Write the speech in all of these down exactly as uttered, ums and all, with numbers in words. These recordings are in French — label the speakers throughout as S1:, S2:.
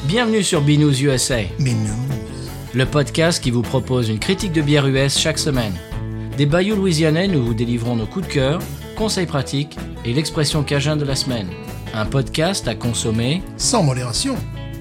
S1: Bienvenue sur Binous U S A,
S2: Binous,
S1: le podcast qui vous propose une critique de bière U S chaque semaine. Des bayous louisianais, nous vous délivrons nos coups de cœur, conseils pratiques et l'expression cajun de la semaine. Un podcast à consommer
S2: sans modération.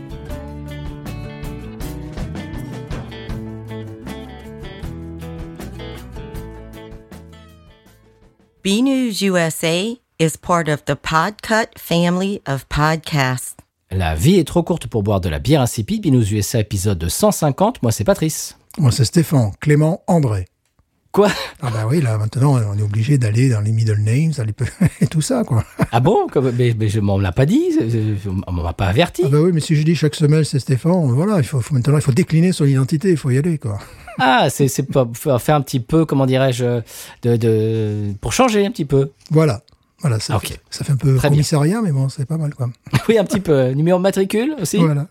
S3: Binous U S A is part of the Podcut family of podcasts.
S1: La vie est trop courte pour boire de la bière insipide. Binous U S A épisode cent cinquante. Moi, c'est Patrice.
S2: Moi, c'est Stéphane, Clément, André.
S1: Quoi?
S2: Ah bah oui, là, maintenant, on est obligé d'aller dans les middle names, dans les... et tout ça, quoi.
S1: Ah bon? mais, mais je m'en l'a pas dit, on m'en a pas averti.
S2: Ah bah oui, mais si je dis chaque semaine, c'est Stéphane, voilà, il faut, faut maintenant, il faut décliner son identité, il faut y aller, quoi.
S1: Ah, c'est, c'est pour faire un petit peu, comment dirais-je, de, de, pour changer un petit peu.
S2: Voilà. Voilà, ça,
S1: okay.
S2: fait, ça fait un peu
S1: Très
S2: commissariat, bien. Mais bon, c'est pas mal, quoi.
S1: Oui, un petit peu. Numéro de matricule aussi.
S2: Voilà.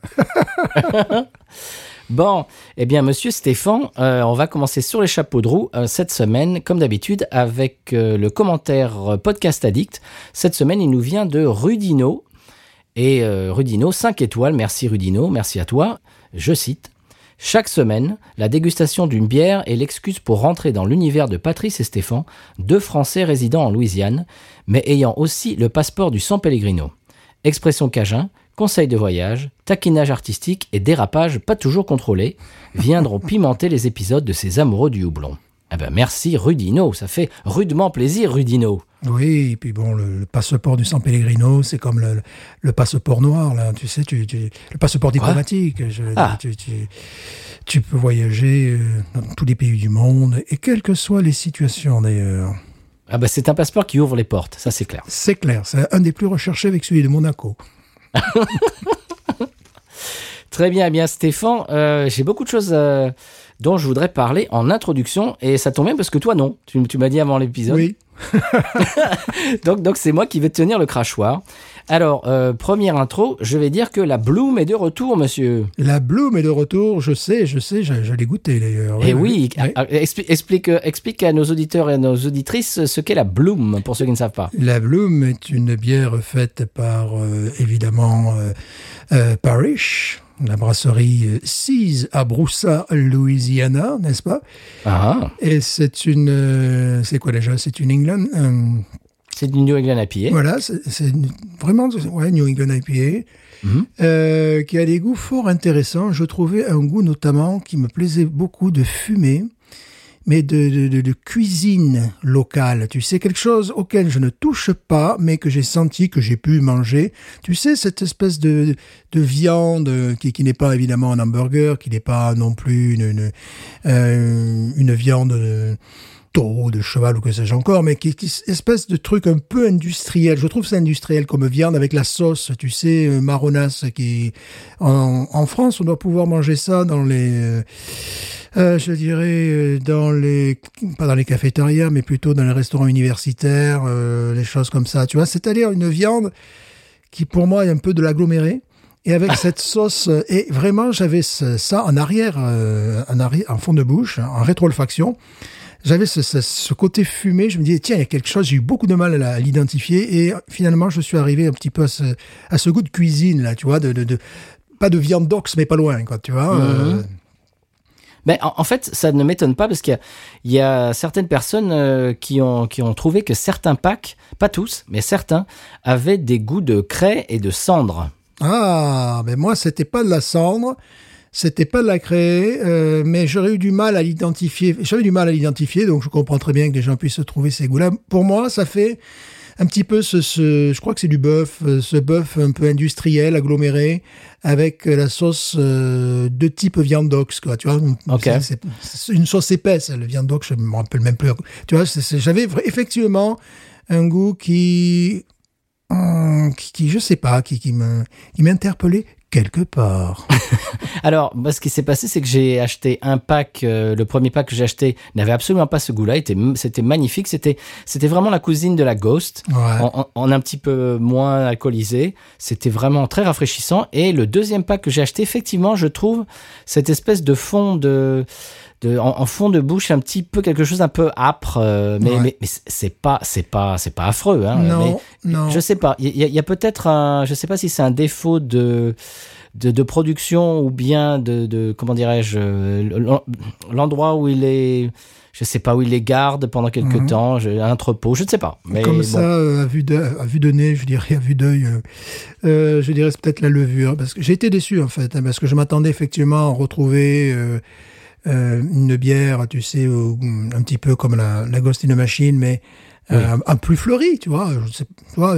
S1: Bon, eh bien, monsieur Stéphane, euh, on va commencer sur les chapeaux de roue euh, cette semaine, comme d'habitude, avec euh, le commentaire euh, Podcast Addict. Cette semaine, il nous vient de Rudino. Et euh, Rudino, cinq étoiles. Merci Rudino, merci à toi. Je cite. Chaque semaine, la dégustation d'une bière est l'excuse pour rentrer dans l'univers de Patrice et Stéphane, deux Français résidant en Louisiane, mais ayant aussi le passeport du San Pellegrino. Expression cajun, conseils de voyage, taquinage artistique et dérapage pas toujours contrôlés viendront pimenter les épisodes de ces amoureux du houblon. Eh ben merci Rudino, ça fait rudement plaisir Rudino.
S2: Oui, et puis bon, le, le passeport du San Pellegrino, c'est comme le, le passeport noir, là, tu sais, tu, tu, le passeport diplomatique. Je,
S1: ah.
S2: tu, tu, tu peux voyager dans tous les pays du monde, et quelles que soient les situations d'ailleurs.
S1: Ah ben c'est un passeport qui ouvre les portes, ça c'est clair.
S2: C'est clair, c'est un des plus recherchés avec celui de Monaco.
S1: Très bien, eh bien Stéphane, euh, j'ai beaucoup de choses euh, dont je voudrais parler en introduction, et ça tombe bien parce que toi non, tu, tu m'as dit avant l'épisode.
S2: Oui.
S1: donc, donc c'est moi qui vais tenir le crachoir. Alors, euh, première intro, je vais dire que la Bloom est de retour, monsieur.
S2: La Bloom est de retour, je sais, je sais, je, je l'ai goûté d'ailleurs.
S1: Et
S2: oui,
S1: oui, oui. Explique, explique, explique à nos auditeurs et à nos auditrices ce qu'est la Bloom, pour ceux qui ne savent pas.
S2: La Bloom est une bière faite par, euh, évidemment, euh, euh, Parrish, la brasserie Seas à Broussa, Louisiana, n'est-ce pas?
S1: Ah.
S2: Et c'est une... Euh, c'est quoi déjà? C'est une England... Euh,
S1: c'est du New England I P A.
S2: Voilà, c'est, c'est vraiment... Ouais, New England I P A, mm-hmm. euh, qui a des goûts fort intéressants. Je trouvais un goût notamment qui me plaisait beaucoup de fumée, mais de, de, de, de cuisine locale. Tu sais, quelque chose auquel je ne touche pas, mais que j'ai senti, que j'ai pu manger. Tu sais, cette espèce de, de viande qui, qui n'est pas évidemment un hamburger, qui n'est pas non plus une, une, euh, une viande de taureau, de cheval ou que sais-je encore, mais qui, qui espèce de truc un peu industriel. Je trouve ça industriel comme viande avec la sauce, tu sais, marronasse. Qui en, en France, on doit pouvoir manger ça dans les... Euh, Euh, je dirais dans les, pas dans les cafétérias, mais plutôt dans les restaurants universitaires, euh, les choses comme ça, tu vois. C'est-à-dire une viande qui, pour moi, est un peu de l'aggloméré. Et avec cette sauce, et vraiment, j'avais ce, ça en arrière, euh, en arrière, en fond de bouche, en rétro-olfaction. J'avais ce, ce, ce côté fumé. Je me disais, tiens, il y a quelque chose, j'ai eu beaucoup de mal à, à l'identifier. Et finalement, je suis arrivé un petit peu à ce, à ce goût de cuisine, là, tu vois, de, de, de pas de viande d'ox, mais pas loin, quoi, tu vois.
S1: Mm-hmm.
S2: Euh,
S1: Ben, en, en fait, ça ne m'étonne pas parce qu'il y a, il y a certaines personnes euh, qui ont, qui ont trouvé que certains packs, pas tous, mais certains, avaient des goûts de craie et de cendre.
S2: Ah, mais moi, c'était pas de la cendre, c'était pas de la craie, euh, mais j'aurais eu du mal à l'identifier. J'avais du mal à l'identifier, donc je comprends très bien que les gens puissent trouver ces goûts-là. Pour moi, ça fait un petit peu ce, ce je crois que c'est du bœuf, ce bœuf un peu industriel, aggloméré, avec la sauce euh, de type viande d'ox, quoi, tu vois.
S1: Okay.
S2: C'est, c'est une sauce épaisse, le viande d'ox, je me rappelle même plus. Tu vois, c'est, c'est, j'avais effectivement un goût qui, hum, qui, qui, je sais pas, qui, qui me, qui m'interpellait quelque part.
S1: Alors, bah, ce qui s'est passé, c'est que j'ai acheté un pack, euh, le premier pack que j'ai acheté n'avait absolument pas ce goût-là, était, c'était magnifique, c'était, c'était vraiment la cousine de la Ghost,
S2: ouais.
S1: en, en, en un petit peu moins alcoolisé, c'était vraiment très rafraîchissant, et le deuxième pack que j'ai acheté, effectivement, je trouve cette espèce de fond de... De, en, en fond de bouche un petit peu quelque chose un peu âpre, euh, mais, ouais. mais mais c'est pas c'est pas c'est pas affreux, hein.
S2: Non,
S1: mais,
S2: non.
S1: Je sais pas, il y, y, y a peut-être un, je sais pas si c'est un défaut de de, de production ou bien de, de comment dirais-je, euh, l'endroit où il est, je sais pas, où il les garde pendant quelque mmh. temps, un entrepôt, je ne sais pas. Mais
S2: Comme
S1: bon.
S2: ça, euh, à, vue de, à vue de nez, je dirais, à vue d'œil, euh, euh, je dirais c'est peut-être la levure. Parce que j'ai été déçu, en fait, hein, parce que je m'attendais effectivement à retrouver euh, euh, une bière, tu sais, euh, un petit peu comme la, la Ghost in the Machine, mais oui. euh, un, un plus fleuri, tu vois, je sais, tu vois.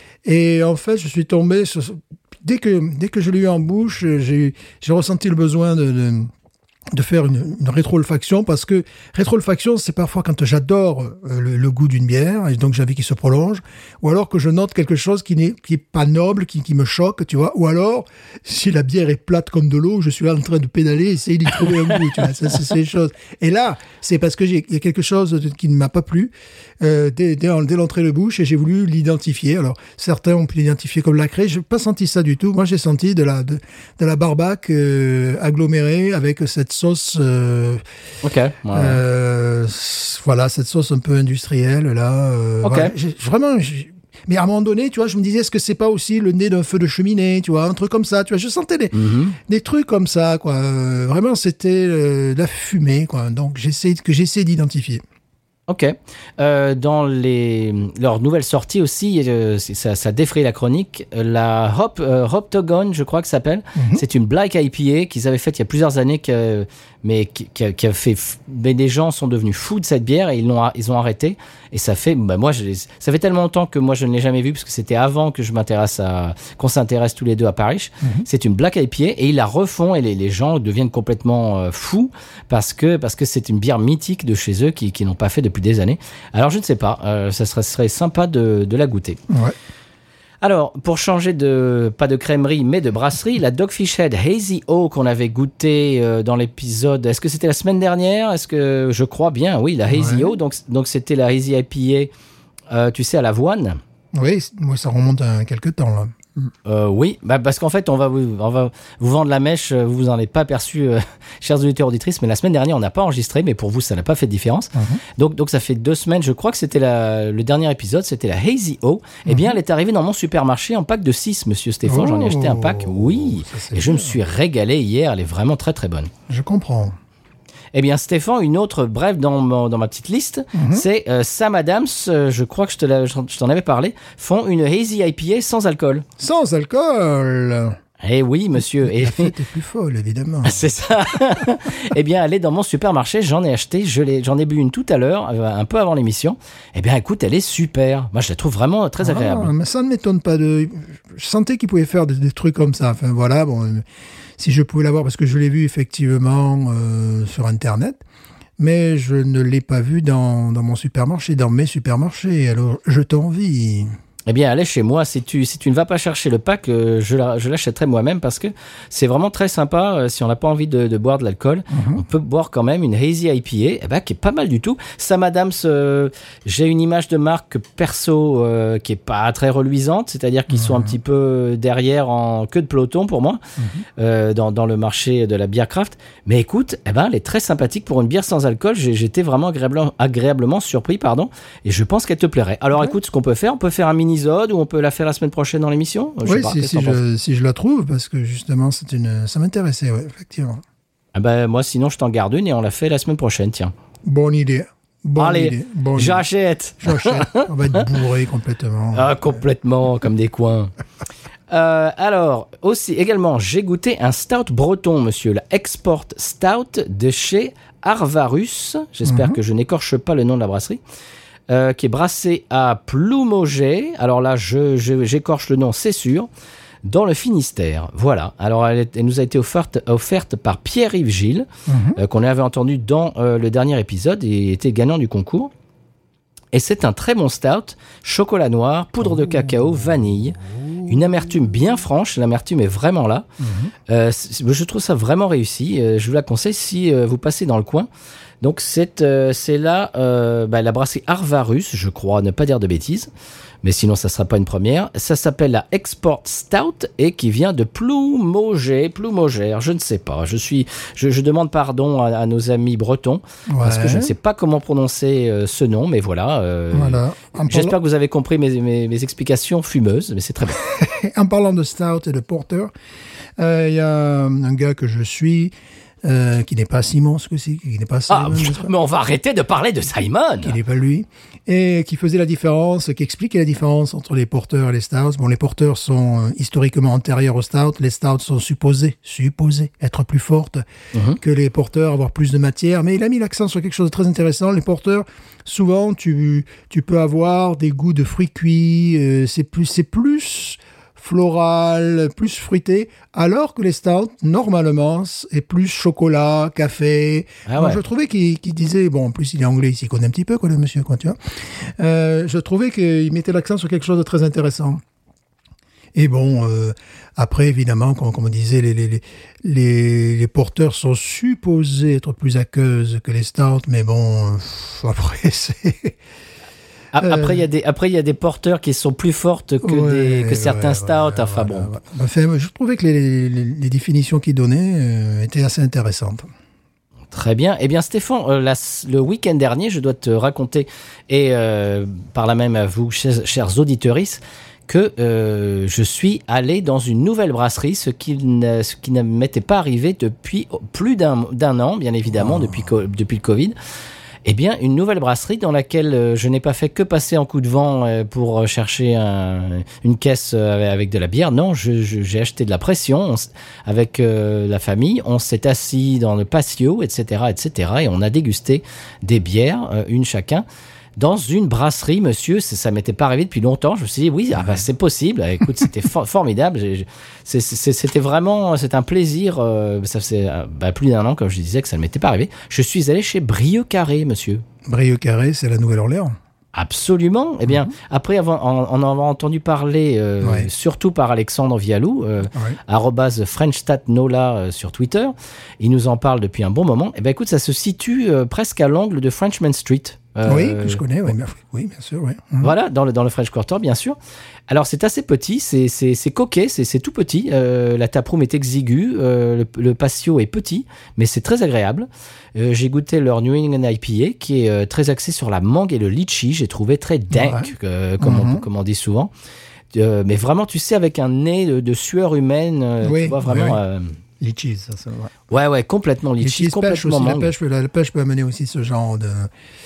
S2: Et en fait, je suis tombé sur... Dès que, dès que je l'ai eu en bouche, j'ai, j'ai ressenti le besoin de... de de faire une, une rétro-olfaction, parce que rétro-olfaction, c'est parfois quand j'adore euh, le, le goût d'une bière, et donc j'ai envie qu'il se prolonge, ou alors que je note quelque chose qui n'est qui est pas noble, qui, qui me choque, tu vois, ou alors, si la bière est plate comme de l'eau, je suis là en train de pédaler, essayer d'y trouver un goût, tu vois, ça, c'est, c'est les choses. Et là, c'est parce que j'ai, il y a quelque chose qui ne m'a pas plu, euh, dès, dès, dès l'entrée de bouche, et j'ai voulu l'identifier. Alors, certains ont pu l'identifier comme lacré, je n'ai pas senti ça du tout. Moi, j'ai senti de la, de, de la barbaque euh, agglomérée avec cette sauce, euh,
S1: ok, ouais.
S2: euh, voilà, cette sauce un peu industrielle là. Euh,
S1: ok.
S2: Voilà, j'ai, vraiment, j'ai, mais à un moment donné, tu vois, je me disais, est-ce que c'est pas aussi le nez d'un feu de cheminée, tu vois, un truc comme ça, tu vois, je sentais des, mm-hmm. des trucs comme ça, quoi. Euh, vraiment, c'était euh, la fumée, quoi. Donc, j'essaie que j'essaie d'identifier.
S1: Ok. Euh, dans les leurs nouvelles sorties aussi, euh, ça, ça défraye la chronique. La Hop euh, Hoptogon, je crois que ça s'appelle. Mm-hmm. C'est une Black I P A qu'ils avaient faite il y a plusieurs années, que, mais qui, qui, a, qui a fait. Mais des gens sont devenus fous de cette bière et ils l'ont ils ont arrêté. Et ça fait, bah moi, je, ça fait tellement longtemps que moi je ne l'ai jamais vu, parce que c'était avant que je m'intéresse à, qu'on s'intéresse tous les deux à Paris. Mm-hmm. C'est une Black I P A et ils la refont et les, les gens deviennent complètement euh, fous parce que parce que c'est une bière mythique de chez eux qui qui n'ont pas fait depuis des années. Alors je ne sais pas, euh, ça serait, serait sympa de de la goûter.
S2: Ouais.
S1: Alors, pour changer de, pas de crèmerie, mais de brasserie, la Dogfish Head Hazy O qu'on avait goûté euh, dans l'épisode, est-ce que c'était la semaine dernière? Est-ce que, je crois bien, oui, la Hazy ouais. O, donc, donc c'était la Hazy I P A, euh, tu sais, à l'avoine.
S2: Oui, moi ça remonte à quelques temps, là.
S1: Euh, oui, bah parce qu'en fait, on va vous, on va vous vendre la mèche. Vous vous en êtes pas aperçu, euh, chers auditeurs auditrices, mais la semaine dernière, on n'a pas enregistré, mais pour vous, ça n'a pas fait de différence. Mm-hmm. Donc, donc ça fait deux semaines. Je crois que c'était la, le dernier épisode, c'était la Hazy O. Mm-hmm. Eh bien, elle est arrivée dans mon supermarché en pack de six, Monsieur Stéphane. Oh, j'en ai acheté un pack. Oui, ça, et je bien. me suis régalé hier. Elle est vraiment très très bonne.
S2: Je comprends.
S1: Eh bien, Stéphane, une autre brève dans, mon, dans ma petite liste, mm-hmm. c'est euh, Sam Adams, euh, je crois que je, te la, je t'en avais parlé, font une Hazy I P A sans alcool.
S2: Sans alcool?
S1: Eh oui, monsieur.
S2: Et la fête est plus folle, évidemment.
S1: C'est ça. Eh bien, elle est dans mon supermarché, j'en ai acheté, je l'ai, j'en ai bu une tout à l'heure, un peu avant l'émission. Eh bien, écoute, elle est super. Moi, je la trouve vraiment très agréable.
S2: Ah, mais ça ne m'étonne pas. De... Je sentais qu'ils pouvaient faire des, des trucs comme ça. Enfin, voilà, bon... Si je pouvais l'avoir, parce que je l'ai vu effectivement euh, sur Internet, mais je ne l'ai pas vu dans, dans mon supermarché, dans mes supermarchés. Alors, je t'envie.
S1: Eh bien, allez chez moi. Si tu, si tu ne vas pas chercher le pack, euh, je, la, je l'achèterai moi-même, parce que c'est vraiment très sympa. Euh, si on n'a pas envie de, de boire de l'alcool, mm-hmm. on peut boire quand même une Hazy I P A, eh ben, qui est pas mal du tout. Sam Adams, euh, j'ai une image de marque perso euh, qui est pas très reluisante, c'est-à-dire qu'ils mm-hmm. sont un petit peu derrière en queue de peloton pour moi, mm-hmm. euh, dans, dans le marché de la bière craft. Mais écoute, eh ben, elle est très sympathique pour une bière sans alcool. J'ai, j'étais vraiment agréablement, agréablement surpris, pardon, et je pense qu'elle te plairait. Alors, mm-hmm. écoute, ce qu'on peut faire, on peut faire un mini ou on peut la faire la semaine prochaine dans l'émission. Je
S2: oui,
S1: sais pas,
S2: si, si, je, si je la trouve, parce que justement, c'est une, ça m'intéressait, ouais, effectivement.
S1: Ah ben, moi, sinon, je t'en garde une et on la fait la semaine prochaine, tiens.
S2: Bonne idée. Bonne
S1: Allez,
S2: idée. Bonne
S1: j'achète.
S2: Idée. J'achète. On va être bourré complètement.
S1: Ah, complètement, comme des coins. Euh, alors, aussi, également, j'ai goûté un stout breton, monsieur, la Export Stout de chez Arvarus. J'espère mm-hmm. que je n'écorche pas le nom de la brasserie. Euh, qui est brassé à Ploumogé. Alors là, je, je, j'écorche le nom, c'est sûr. Dans le Finistère. Voilà. Alors, elle, est, elle nous a été offerte, offerte par Pierre-Yves Gilles, mm-hmm. euh, qu'on avait entendu dans euh, le dernier épisode et était gagnant du concours. Et c'est un très bon stout, chocolat noir, poudre oh. de cacao, vanille, une amertume bien franche. L'amertume est vraiment là. Mm-hmm. Euh, je trouve ça vraiment réussi. Euh, je vous la conseille si euh, vous passez dans le coin. Donc c'est, euh, c'est là euh, bah, la brasserie Arvarus, je crois, ne pas dire de bêtises, mais sinon ça ne sera pas une première. Ça s'appelle la Export Stout et qui vient de Ploumogé, Ploumogère, je ne sais pas. Je, suis, je, je demande pardon à, à nos amis bretons, ouais. parce que je ne sais pas comment prononcer euh, ce nom, mais voilà. Euh,
S2: voilà.
S1: J'espère parlant... que vous avez compris mes, mes, mes explications fumeuses, mais c'est très bien.
S2: En parlant de Stout et de Porter, Il euh, y a un gars que je suis, euh, qui n'est pas Simon, ce que c'est, qui n'est pas Simon.
S1: Ah, mais on va arrêter de parler de Simon.
S2: Qui n'est pas lui. Et qui faisait la différence, qui expliquait la différence entre les porteurs et les stouts. Bon, les porteurs sont euh, historiquement antérieurs aux stouts. Les stouts sont supposés, supposés être plus fortes mm-hmm. que les porteurs, avoir plus de matière. Mais il a mis l'accent sur quelque chose de très intéressant. Les porteurs, souvent, tu, tu peux avoir des goûts de fruits cuits. Euh, c'est plus, c'est plus floral, plus fruité, alors que les stouts, normalement, est plus chocolat, café. Ah ouais. Donc, je trouvais qu'il, qu'il disait, bon, en plus, il est anglais, il s'y connaît un petit peu, quoi, le monsieur, quoi, tu vois. Euh, je trouvais qu'il mettait l'accent sur quelque chose de très intéressant. Et bon, euh, après, évidemment, comme, comme on disait, les, les, les, les porteurs sont supposés être plus aqueuses que les stouts, mais bon, pff, après, c'est...
S1: Après, il euh, y a des, après, il y a des porteurs qui sont plus fortes que ouais, des, que certains ouais, stouts. Ouais, enfin
S2: voilà,
S1: bon.
S2: Ouais. Enfin, je trouvais que les, les, les définitions qu'il donnait euh, étaient assez intéressantes.
S1: Très bien. Eh bien, Stéphane, euh, la, le week-end dernier, je dois te raconter, et euh, par là même à vous, chers, chers auditeuristes, que euh, je suis allé dans une nouvelle brasserie, ce qui ne, ce qui ne m'était pas arrivé depuis plus d'un, d'un an, bien évidemment, oh. depuis, depuis le Covid. Eh bien, une nouvelle brasserie dans laquelle euh, je n'ai pas fait que passer en coup de vent euh, pour chercher un, une caisse euh, avec de la bière. Non, je, je, j'ai acheté de la pression on, avec euh, la famille. On s'est assis dans le patio, et cetera, et cetera. Et on a dégusté des bières, euh, une chacun. Dans une brasserie, monsieur, ça, ça m'était pas arrivé depuis longtemps. Je me suis dit, oui, ah bah, c'est possible. Écoute, c'était for- formidable. J'ai, c'est, c'est, c'était vraiment, c'est un plaisir. Euh, ça faisait bah, plus d'un an, comme je disais, que ça ne m'était pas arrivé. Je suis allé chez Brieux Carré, monsieur.
S2: Brieux Carré, c'est la Nouvelle-Orléans.
S1: Absolument. Eh bien, mm-hmm. après avoir, en, en avoir entendu parler, euh, ouais. surtout par Alexandre Vialou, euh, ouais. arrobase FrenchStatNola euh, sur Twitter, il nous en parle depuis un bon moment. Eh bien, écoute, ça se situe euh, presque à l'angle de Frenchman Street.
S2: Euh, oui, que je connais, oui, bien, oui, bien sûr. Oui. Mmh.
S1: Voilà, dans le, dans le French Quarter, bien sûr. Alors, c'est assez petit, c'est, c'est, c'est coquet, c'est, c'est tout petit. Euh, la taproom est exiguë, euh, le, le patio est petit, mais c'est très agréable. Euh, j'ai goûté leur New England I P A, qui est euh, très axé sur la mangue et le litchi. J'ai trouvé très dank, ouais. euh, comme, mmh. on, comme on dit souvent. Euh, mais vraiment, tu sais, avec un nez de, de sueur humaine, euh,
S2: oui,
S1: tu vois, vraiment...
S2: Oui, oui.
S1: Euh,
S2: litchi, ça, ça
S1: ouais. ouais, ouais, complètement litchi,
S2: litchi
S1: complètement
S2: pêche aussi,
S1: mangue.
S2: La pêche, la, la pêche peut amener aussi ce genre de...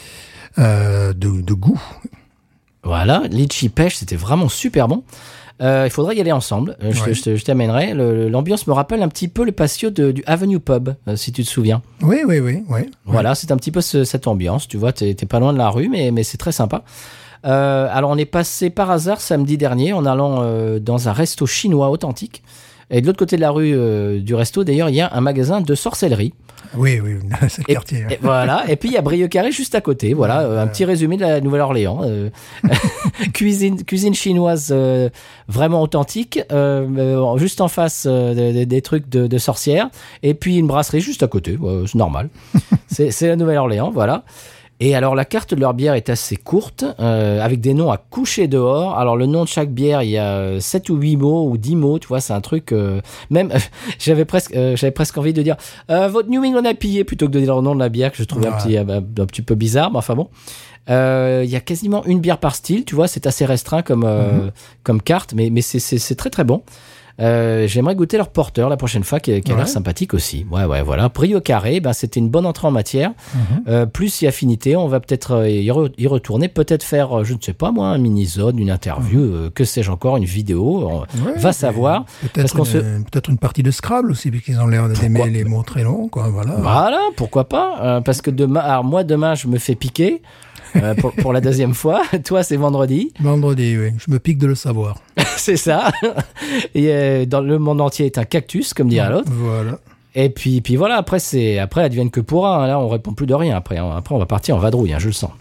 S2: Euh, de, de goût.
S1: Voilà, litchi pêche, c'était vraiment super bon. Euh, il faudrait y aller ensemble. Euh, je, ouais. je, je t'amènerai. Le, l'ambiance me rappelle un petit peu le patio de, du Avenue Pub, euh, si tu te souviens.
S2: Oui, oui, oui. oui
S1: voilà,
S2: oui.
S1: c'est un petit peu ce, cette ambiance. Tu vois, t'es, t'es pas loin de la rue, mais, mais c'est très sympa. Euh, alors, on est passé par hasard samedi dernier en allant euh, dans un resto chinois authentique. Et de l'autre côté de la rue euh, du resto, d'ailleurs, il y a un magasin de sorcellerie.
S2: Oui, oui, c'est le
S1: et,
S2: quartier.
S1: Et voilà, et puis il y a Brieux Carré juste à côté. Voilà, euh, un petit résumé de la Nouvelle-Orléans. Euh, cuisine, cuisine chinoise euh, vraiment authentique, euh, euh, juste en face euh, des, des trucs de, de sorcières. Et puis une brasserie juste à côté, euh, c'est normal. c'est, c'est la Nouvelle-Orléans, voilà. Et alors, la carte de leur bière est assez courte, euh, avec des noms à coucher dehors. Alors, le nom de chaque bière, il y a sept ou huit mots ou dix mots, tu vois, c'est un truc... Euh, même, euh, j'avais, presque, euh, j'avais presque envie de dire euh, « Votre New England I P A » plutôt que de dire le nom de la bière, que je trouvais ouais. un, petit, un, un petit peu bizarre, mais enfin bon. Il euh, y a quasiment une bière par style, tu vois, c'est assez restreint comme, euh, mm-hmm. comme carte, mais, mais c'est, c'est, c'est très très bon. Euh, j'aimerais goûter leur porteur la prochaine fois, qui, qui a ouais. l'air sympathique aussi. Ouais, ouais, voilà. Brieux Carré, ben, c'était une bonne entrée en matière. Mm-hmm. Euh, plus y affinité, on va peut-être euh, y, re- y retourner, peut-être faire, euh, je ne sais pas moi, un mini-zone, une interview, mm-hmm. euh, que sais-je encore, une vidéo. On ouais, va savoir.
S2: Peut-être,
S1: parce qu'on
S2: une,
S1: se...
S2: peut-être une partie de Scrabble aussi, puisqu'ils ont l'air d'aimer les mots très longs, quoi. Voilà.
S1: Voilà, pourquoi pas. Euh, parce que demain, alors moi, demain, je me fais piquer. Euh, pour, pour la deuxième fois. Toi, c'est vendredi.
S2: Vendredi, oui. Je me pique de le savoir.
S1: C'est ça. Et euh, dans le monde entier est un cactus, comme dirait l'autre.
S2: Voilà.
S1: Et puis, puis voilà, après, c'est, après, advienne que pourra. Hein. Là, on répond plus de rien. Après, après on va partir en vadrouille, hein, je le sens.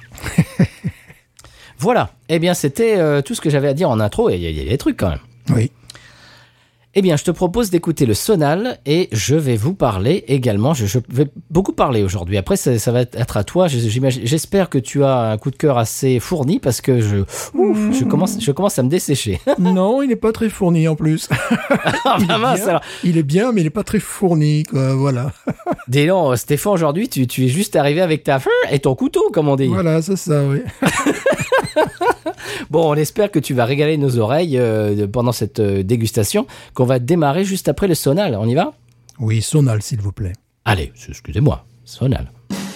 S1: Voilà. Eh bien, c'était euh, tout ce que j'avais à dire en intro. Et il y, y a des trucs quand même.
S2: Oui.
S1: Eh bien, je te propose d'écouter le Sonal et je vais vous parler également. Je, je vais beaucoup parler aujourd'hui. Après, ça, ça va être à toi. J'espère que tu as un coup de cœur assez fourni parce que je, ouf, je, commence, je commence à me dessécher.
S2: Non, il n'est pas très fourni en plus.
S1: Ah,
S2: il,
S1: bah
S2: est
S1: mince,
S2: bien,
S1: alors.
S2: il est bien, mais il n'est pas très fourni, quoi. Voilà.
S1: Dis donc, Stéphane, aujourd'hui, tu, tu es juste arrivé avec ta fin et ton couteau, comme on dit.
S2: Voilà, c'est ça, oui.
S1: Bon, on espère que tu vas régaler nos oreilles euh, pendant cette euh, dégustation qu'on va démarrer juste après le Sonal. On y va ?
S2: Oui, Sonal, s'il vous plaît.
S1: Allez, excusez-moi, Sonal.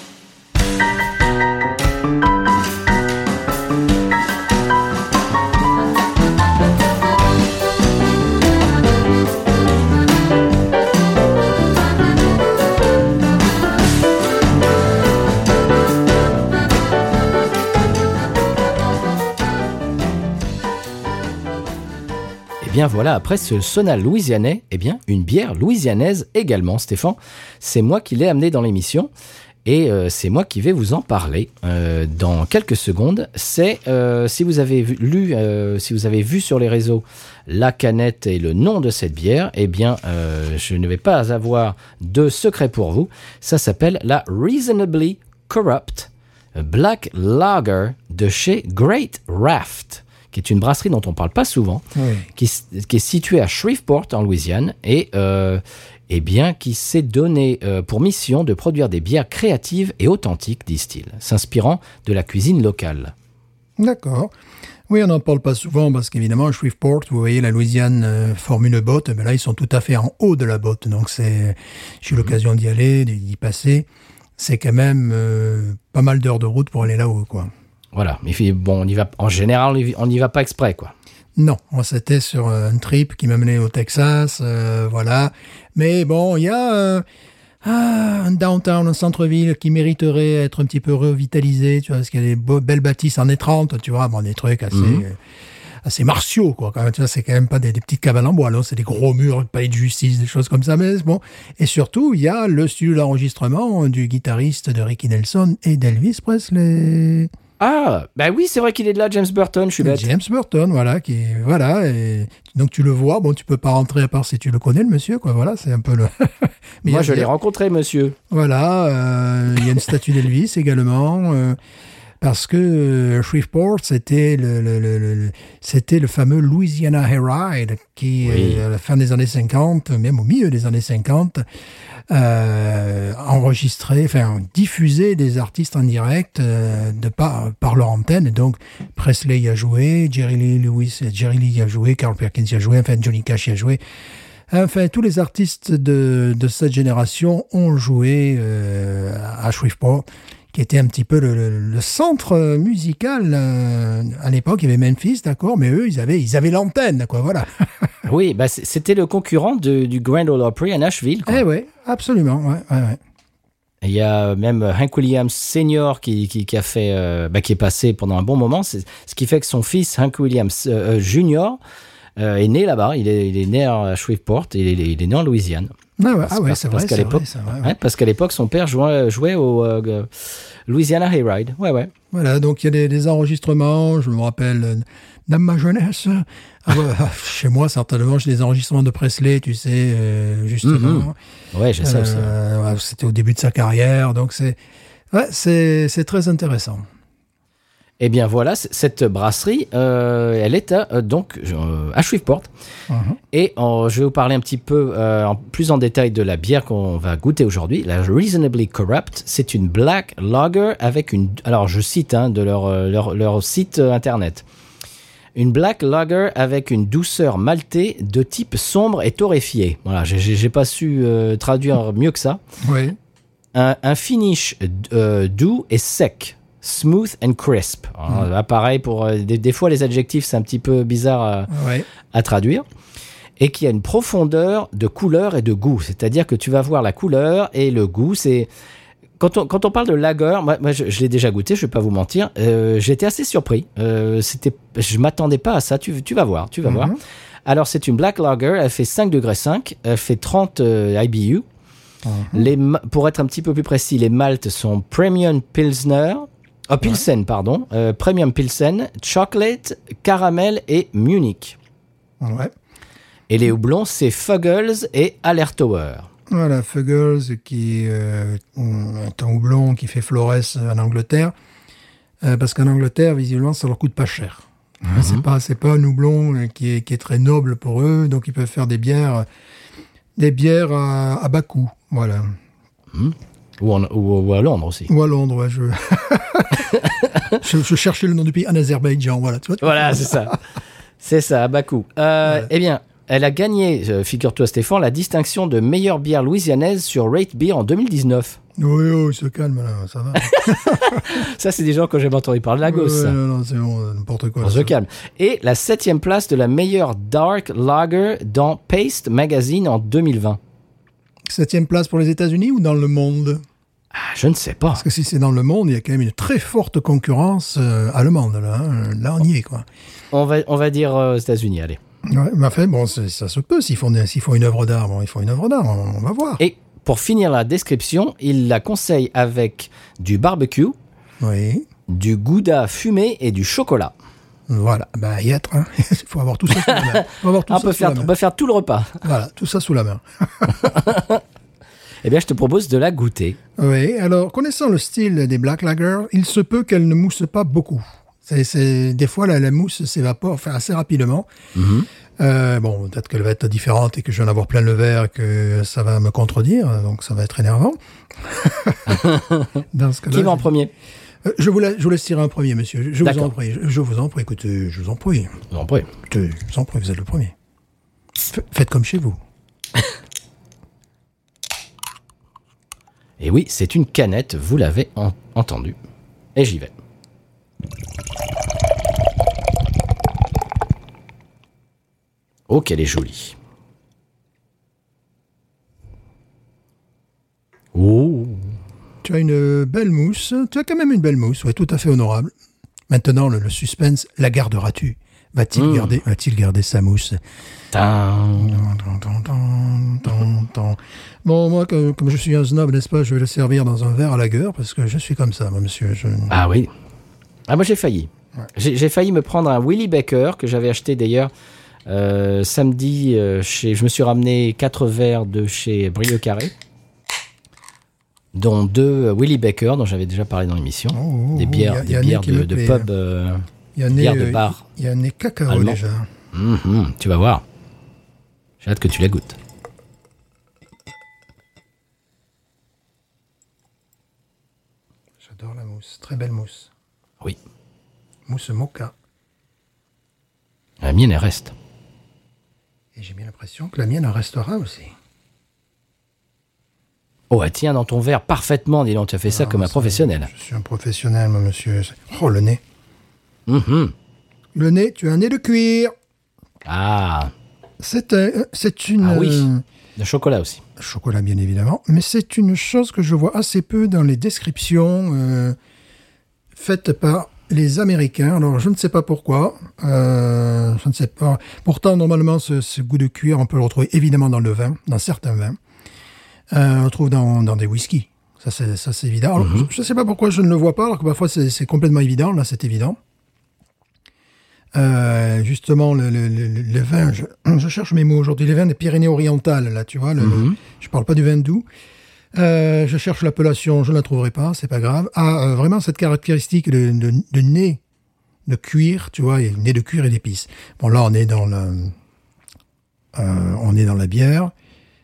S1: Eh bien voilà, après ce Sonal louisianais, eh bien une bière louisianaise également, Stéphane. C'est moi qui l'ai amené dans l'émission et euh, c'est moi qui vais vous en parler euh, dans quelques secondes. C'est, euh, si vous avez vu, lu, euh, si vous avez vu sur les réseaux la canette et le nom de cette bière, eh bien euh, je ne vais pas avoir de secret pour vous. Ça s'appelle la Reasonably Corrupt Black Lager de chez Great Raft, qui est une brasserie dont on ne parle pas souvent, oui. qui, qui est située à Shreveport, en Louisiane, et euh, eh bien, qui s'est donné euh, pour mission de produire des bières créatives et authentiques, disent-ils, s'inspirant de la cuisine locale.
S2: D'accord. Oui, on n'en parle pas souvent, parce qu'évidemment, à Shreveport, vous voyez, la Louisiane euh, forme une botte, mais là, ils sont tout à fait en haut de la botte, donc c'est, j'ai eu l'occasion d'y aller, d'y passer, c'est quand même euh, pas mal d'heures de route pour aller là-haut, quoi.
S1: Voilà, mais bon, on y va, en général, on n'y va pas exprès, quoi.
S2: Non, moi c'était sur un trip qui m'a mené au Texas, euh, voilà. Mais bon, il y a euh, un downtown, un centre-ville qui mériterait être un petit peu revitalisé, tu vois, parce qu'il y a des beaux, belles bâtisses années trente, tu vois, bon, des trucs assez, mm-hmm. euh, assez martiaux, quoi. Quand même, tu vois, c'est quand même pas des, des petites cabanes en bois, là, c'est des gros murs, le palais de justice, des choses comme ça, mais bon. Et surtout, il y a le studio d'enregistrement du guitariste de Ricky Nelson et d'Elvis Presley.
S1: Ah, bah oui, c'est vrai qu'il est de là, James Burton, je suis bête.
S2: James Burton, voilà, qui, voilà, et donc tu le vois, bon, tu peux pas rentrer à part si tu le connais, le monsieur, quoi, voilà, c'est un peu le...
S1: Mais moi, je l'ai rencontré, monsieur.
S2: Voilà, euh, il y a une statue d'Elvis également, euh, parce que euh, Shreveport, c'était le, le, le, le, c'était le fameux Louisiana Hayride, qui, oui. euh, à la fin des années cinquante, même au milieu des années cinquante, Euh, enregistrer, enfin diffuser des artistes en direct euh, de par, par leur antenne. Et donc Presley y a joué, Jerry Lee Lewis, Jerry Lee y a joué, Carl Perkins y a joué, enfin Johnny Cash y a joué. Enfin, tous les artistes de, de cette génération ont joué euh, à Shreveport, qui était un petit peu le, le, le centre musical euh, à l'époque. Il y avait Memphis, d'accord, mais eux, ils avaient, ils avaient l'antenne, quoi, voilà.
S1: Oui, bah c'était le concurrent de, du Grand Ole Opry à Nashville, quoi.
S2: Eh oui, absolument, ouais, ouais, ouais.
S1: Il y a même Hank Williams Senior qui, qui, qui a fait, euh, bah, qui est passé pendant un bon moment, c'est, ce qui fait que son fils Hank Williams euh, Junior euh, est né là-bas. Il est, il est né à Shreveport, et il est, il est né en Louisiane.
S2: Ah ouais, ah ouais, c'est
S1: parce
S2: vrai,
S1: qu'à
S2: c'est
S1: l'époque,
S2: vrai, c'est vrai, ouais.
S1: Ouais, parce qu'à l'époque, son père jouait, jouait au euh, Louisiana Hayride. Ouais, ouais.
S2: Voilà, donc il y a des, des enregistrements, je me rappelle, euh, dans ma jeunesse, ah ouais, chez moi, certainement, j'ai des enregistrements de Presley, tu sais, euh, justement.
S1: Mm-hmm. Ouais, j'ai ça aussi.
S2: Euh, ouais, c'était au début de sa carrière, donc c'est, ouais, c'est, c'est très intéressant.
S1: Eh bien voilà, c- cette brasserie, euh, elle est à, euh, donc euh, à Shreveport. Uh-huh. Et euh, je vais vous parler un petit peu euh, en, plus en détail de la bière qu'on va goûter aujourd'hui. La Reasonably Corrupt, c'est une black lager avec une... Alors je cite hein, de leur, leur, leur site internet. Une black lager avec une douceur maltée de type sombre et torréfié. Voilà, j'ai, j'ai pas su euh, traduire mieux que ça.
S2: Oui.
S1: Un, un finish euh, doux et sec. Smooth and crisp. Alors, mmh. Là, pareil, pour, euh, des, des fois, les adjectifs, c'est un petit peu bizarre à, ouais. à traduire. Et qui a une profondeur de couleur et de goût. C'est-à-dire que tu vas voir la couleur et le goût. C'est... Quand, on, quand on parle de lager, moi, moi je, je l'ai déjà goûté, je ne vais pas vous mentir. Euh, j'étais assez surpris. Euh, c'était, je ne m'attendais pas à ça. Tu, tu vas voir, tu vas mmh. voir. Alors, c'est une black lager. Elle fait cinq degrés cinq. Elle fait trente euh, I B U. Mmh. Les, pour être un petit peu plus précis, les maltes sont Premium Pilsner. Oh, Pilsen, ouais. pardon. Euh, Premium Pilsen, Chocolate, Caramel et Munich.
S2: Ouais.
S1: Et les houblons, c'est Fuggles et Hallertauer.
S2: Voilà, Fuggles, qui euh, est un houblon qui fait Flores en Angleterre. Euh, parce qu'en Angleterre, visiblement, ça leur coûte pas cher. Mm-hmm. C'est pas, c'est pas un houblon qui est, qui est très noble pour eux. Donc, ils peuvent faire des bières, des bières à, à bas coût. Voilà.
S1: Mm. Ou, en, ou, ou à Londres aussi.
S2: Ou à Londres, ouais. Je... je, je cherchais le nom du pays, en Azerbaïdjan, voilà. Tu vois, tu
S1: Voilà, c'est ça. C'est ça, à Bakou. Euh,
S2: Ouais.
S1: Eh bien, elle a gagné, euh, figure-toi Stéphane, la distinction de meilleure bière louisianaise sur Rate Beer en deux mille dix-neuf.
S2: Oui, oui, il se calme, là, ça va.
S1: Ça, c'est des gens que j'ai jamais entendu parler de Lagos.
S2: Ouais,
S1: ça.
S2: non, non, c'est bon, n'importe quoi.
S1: On
S2: là,
S1: se
S2: ça.
S1: calme. Et la septième place de la meilleure dark lager dans Paste Magazine en deux mille vingt.
S2: Septième place pour les États-Unis ou dans le monde?
S1: Ah, je ne sais pas.
S2: Parce que si c'est dans le monde, il y a quand même une très forte concurrence euh, allemande, là. Hein. Là, on y est, quoi.
S1: On va, on va dire euh, aux États-Unis, allez.
S2: Ouais, mais enfin, bon, c'est- ça se peut. S'ils font, des- s'ils font une œuvre d'art, bon, ils font une œuvre d'art, on, on va voir.
S1: Et pour finir la description, il la conseille avec du barbecue,
S2: Oui,
S1: du gouda fumé et du chocolat.
S2: voilà. Ben, y être, hein. Il faut avoir tout ça sous la main. Faut avoir tout
S1: On
S2: ça
S1: peut
S2: sous
S1: faire,
S2: la main.
S1: on peut faire tout le repas.
S2: Voilà, tout ça sous la main.
S1: Eh bien, je te propose de la goûter.
S2: Oui, alors, connaissant le style des Black Lager, il se peut qu'elle ne mousse pas beaucoup. C'est, c'est, des fois, la, la mousse s'évapore enfin, assez rapidement.
S1: Mhm.
S2: Euh, bon, peut-être qu'elle va être différente et que je vais en avoir plein le verre et que ça va me contredire, donc ça va être énervant. Dans ce cas-là,
S1: Qui va en
S2: je-
S1: premier?
S2: Euh, je, vous laisse, je vous laisse tirer un premier, monsieur. Je, je vous
S1: D'accord.
S2: en prie. Je, je vous en prie. Écoutez, je vous en prie.
S1: En premier.
S2: Je vous en prie, vous êtes le premier. F- faites comme chez vous.
S1: Et oui, c'est une canette, vous l'avez en- entendu. Et j'y vais. Oh, qu'elle est jolie. Oh.
S2: Tu as une belle mousse. Tu as quand même une belle mousse. Ouais, tout à fait honorable. Maintenant, le, le suspense, la garderas-tu? Va-t-il
S1: Mm.
S2: garder, va-t-il garder sa mousse?
S1: Tin.
S2: Tan, tan, tan, tan, tan. Bon, moi, comme, comme je suis un snob, n'est-ce pas, je vais le servir dans un verre à lager parce que je suis comme ça, moi, monsieur. Je...
S1: Ah oui. Ah, moi j'ai failli. J'ai j'ai failli me prendre un Willy Baker que j'avais acheté d'ailleurs euh, samedi. euh, chez, je me suis ramené quatre verres de chez Brio Carré, dont deux euh, Willy Baker dont j'avais déjà parlé dans l'émission.
S2: Oh,
S1: des
S2: oh,
S1: bières,
S2: y a-
S1: des
S2: y a un
S1: bières
S2: nez qui
S1: de,
S2: me
S1: de
S2: plaît.
S1: pub. euh,
S2: Il y a un
S1: bière
S2: nez,
S1: de
S2: euh,
S1: bar.
S2: Il y a un nez cacao
S1: Allemand.
S2: déjà.
S1: mhm, tu vas voir. J'ai hâte que tu la goûtes.
S2: J'adore la mousse. Très belle mousse.
S1: Oui.
S2: Mousse mocha.
S1: La mienne, elle reste.
S2: Et j'ai bien l'impression que la mienne en restera aussi.
S1: Oh, elle tient dans ton verre parfaitement, dis donc. Tu as fait ça
S2: Ah,
S1: comme un
S2: ça,
S1: professionnel.
S2: Je suis un professionnel, moi, monsieur. Oh, le nez.
S1: Mhm.
S2: Le nez, tu as un nez de cuir.
S1: Ah,
S2: C'est un- c'est une...
S1: Ah oui.
S2: euh,
S1: de chocolat aussi.
S2: chocolat, bien évidemment. Mais c'est une chose que je vois assez peu dans les descriptions euh, faites par les Américains. Alors, je ne sais pas pourquoi. Euh, je ne sais pas. Pourtant, normalement, ce, ce goût de cuir, on peut le retrouver évidemment dans le vin, dans certains vins. Euh, on le trouve dans, dans des whiskies. Ça, c'est, ça, c'est évident. Alors, je ne sais pas pourquoi je ne le vois pas, alors que parfois, c'est, c'est complètement évident. Là, c'est évident. Euh, justement, le, le, le, le vin, je, je cherche mes mots aujourd'hui, les vins des Pyrénées-Orientales, là, tu vois, le, le- je parle pas du vin doux. Euh, je cherche l'appellation, je ne la trouverai pas, c'est pas grave. Ah, euh, vraiment cette caractéristique de, de, de nez de cuir, tu vois, et nez de cuir et d'épices. Bon, là, on est dans le, euh, on est dans la bière.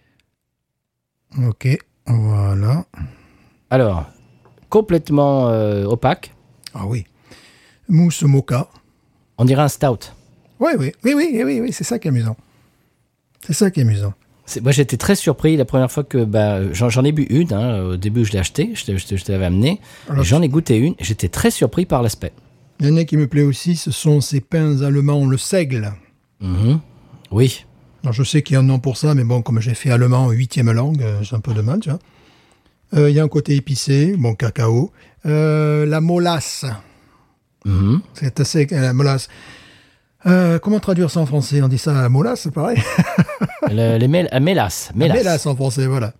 S2: Ok, voilà.
S1: Alors, complètement euh, opaque.
S2: Ah oui, mousse mocha.
S1: On dirait un stout.
S2: Oui, oui, oui, oui, oui, oui, c'est ça qui est amusant. C'est ça qui est amusant.
S1: C'est- Moi, j'étais très surpris la première fois que bah, j'en, j'en ai bu une. Hein, au début, je l'ai acheté, je, te- je, te- je te l'avais amené.
S2: Alors,
S1: Et j'en ai goûté une. J'étais très surpris par l'aspect.
S2: Il y en a qui me plaît aussi, ce sont ces pains allemands, le seigle.
S1: Mhm. Oui.
S2: Alors, je sais qu'il y a un nom pour ça, mais bon, comme j'ai fait allemand huitième langue, euh, j'ai un peu de mal, tu vois. Euh, Il y a un côté épicé, bon, cacao. Euh, la molasse,
S1: Mhm.
S2: c'est assez... euh, La molasse. Euh, comment traduire ça en français? On dit ça molasse, c'est pareil.
S1: Le- les mél- euh, mélasses. Mélasse.
S2: Mélasse en français, voilà.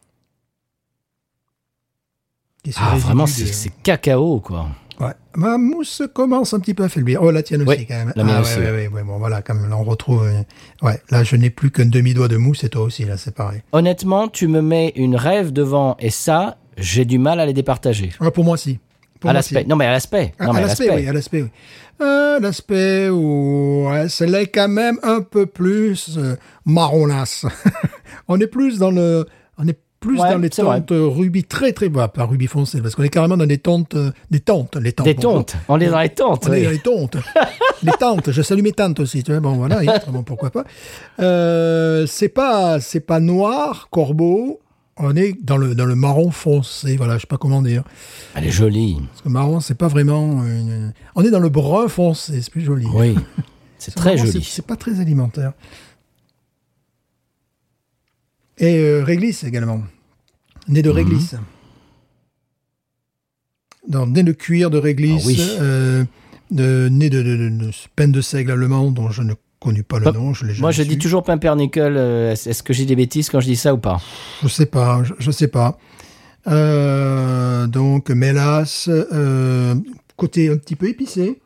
S2: Qui se
S1: Ah,
S2: résidu
S1: vraiment,
S2: de-
S1: c'est, c'est cacao, quoi.
S2: Ouais. Ma mousse commence un petit peu à faiblir. Oh, la tienne aussi,
S1: Oui,
S2: quand même.
S1: la mienne
S2: ah,
S1: aussi,
S2: ouais,
S1: ouais.
S2: ouais, ouais, ouais, bon, voilà, quand même, là, on retrouve... euh, Ouais, là, je n'ai plus qu'un demi-doigt de mousse, et toi aussi, là, c'est pareil.
S1: Honnêtement, tu me mets une rêve devant et ça, j'ai du mal à les départager.
S2: Ah, pour moi, si. Pour
S1: À
S2: moi,
S1: l'aspect.
S2: si.
S1: Non, mais à l'aspect.
S2: Ah,
S1: Non, mais
S2: à
S1: à
S2: l'aspect,
S1: l'aspect.
S2: oui, à l'aspect, oui. Euh, l'aspect, ouais, celle-là est quand même un peu plus euh, marronasse. On est plus dans le... On est plus
S1: Ouais,
S2: dans les
S1: c'est vrai.
S2: tontes rubis très très bas, pas rubis foncé, parce qu'on est carrément dans des tontes, euh, des tontes, les tontes.
S1: Des
S2: bonjour.
S1: tontes. On est dans les tontes.
S2: On
S1: oui.
S2: est dans les tontes. Les tantes, je salue mes tantes aussi, tu vois. Bon, voilà, et, bon, pourquoi pas. Euh, c'est pas, c'est pas noir, corbeau. On est dans le, dans le marron foncé, voilà, je sais pas comment dire.
S1: Elle est jolie.
S2: Parce que marron, c'est pas vraiment. une- On est dans le brun foncé, c'est plus joli.
S1: Oui. C'est très
S2: Marron,
S1: joli.
S2: C'est, c'est pas très alimentaire. Et euh, réglisse également. Nez de réglisse. Dans nez de cuir de réglisse.
S1: Ah oui.
S2: euh, de nez de, de, de, de peine de seigle allemand, dont je ne connais pas le
S1: Hop.
S2: nom. Je l'ai
S1: Moi,
S2: jamais
S1: je
S2: su.
S1: dis toujours Pumpernickel. euh, Est-ce est-ce que j'ai des bêtises quand je dis ça ou pas?
S2: Je sais pas, je, je sais pas. Euh, donc, mélasse, euh, côté un petit peu épicé.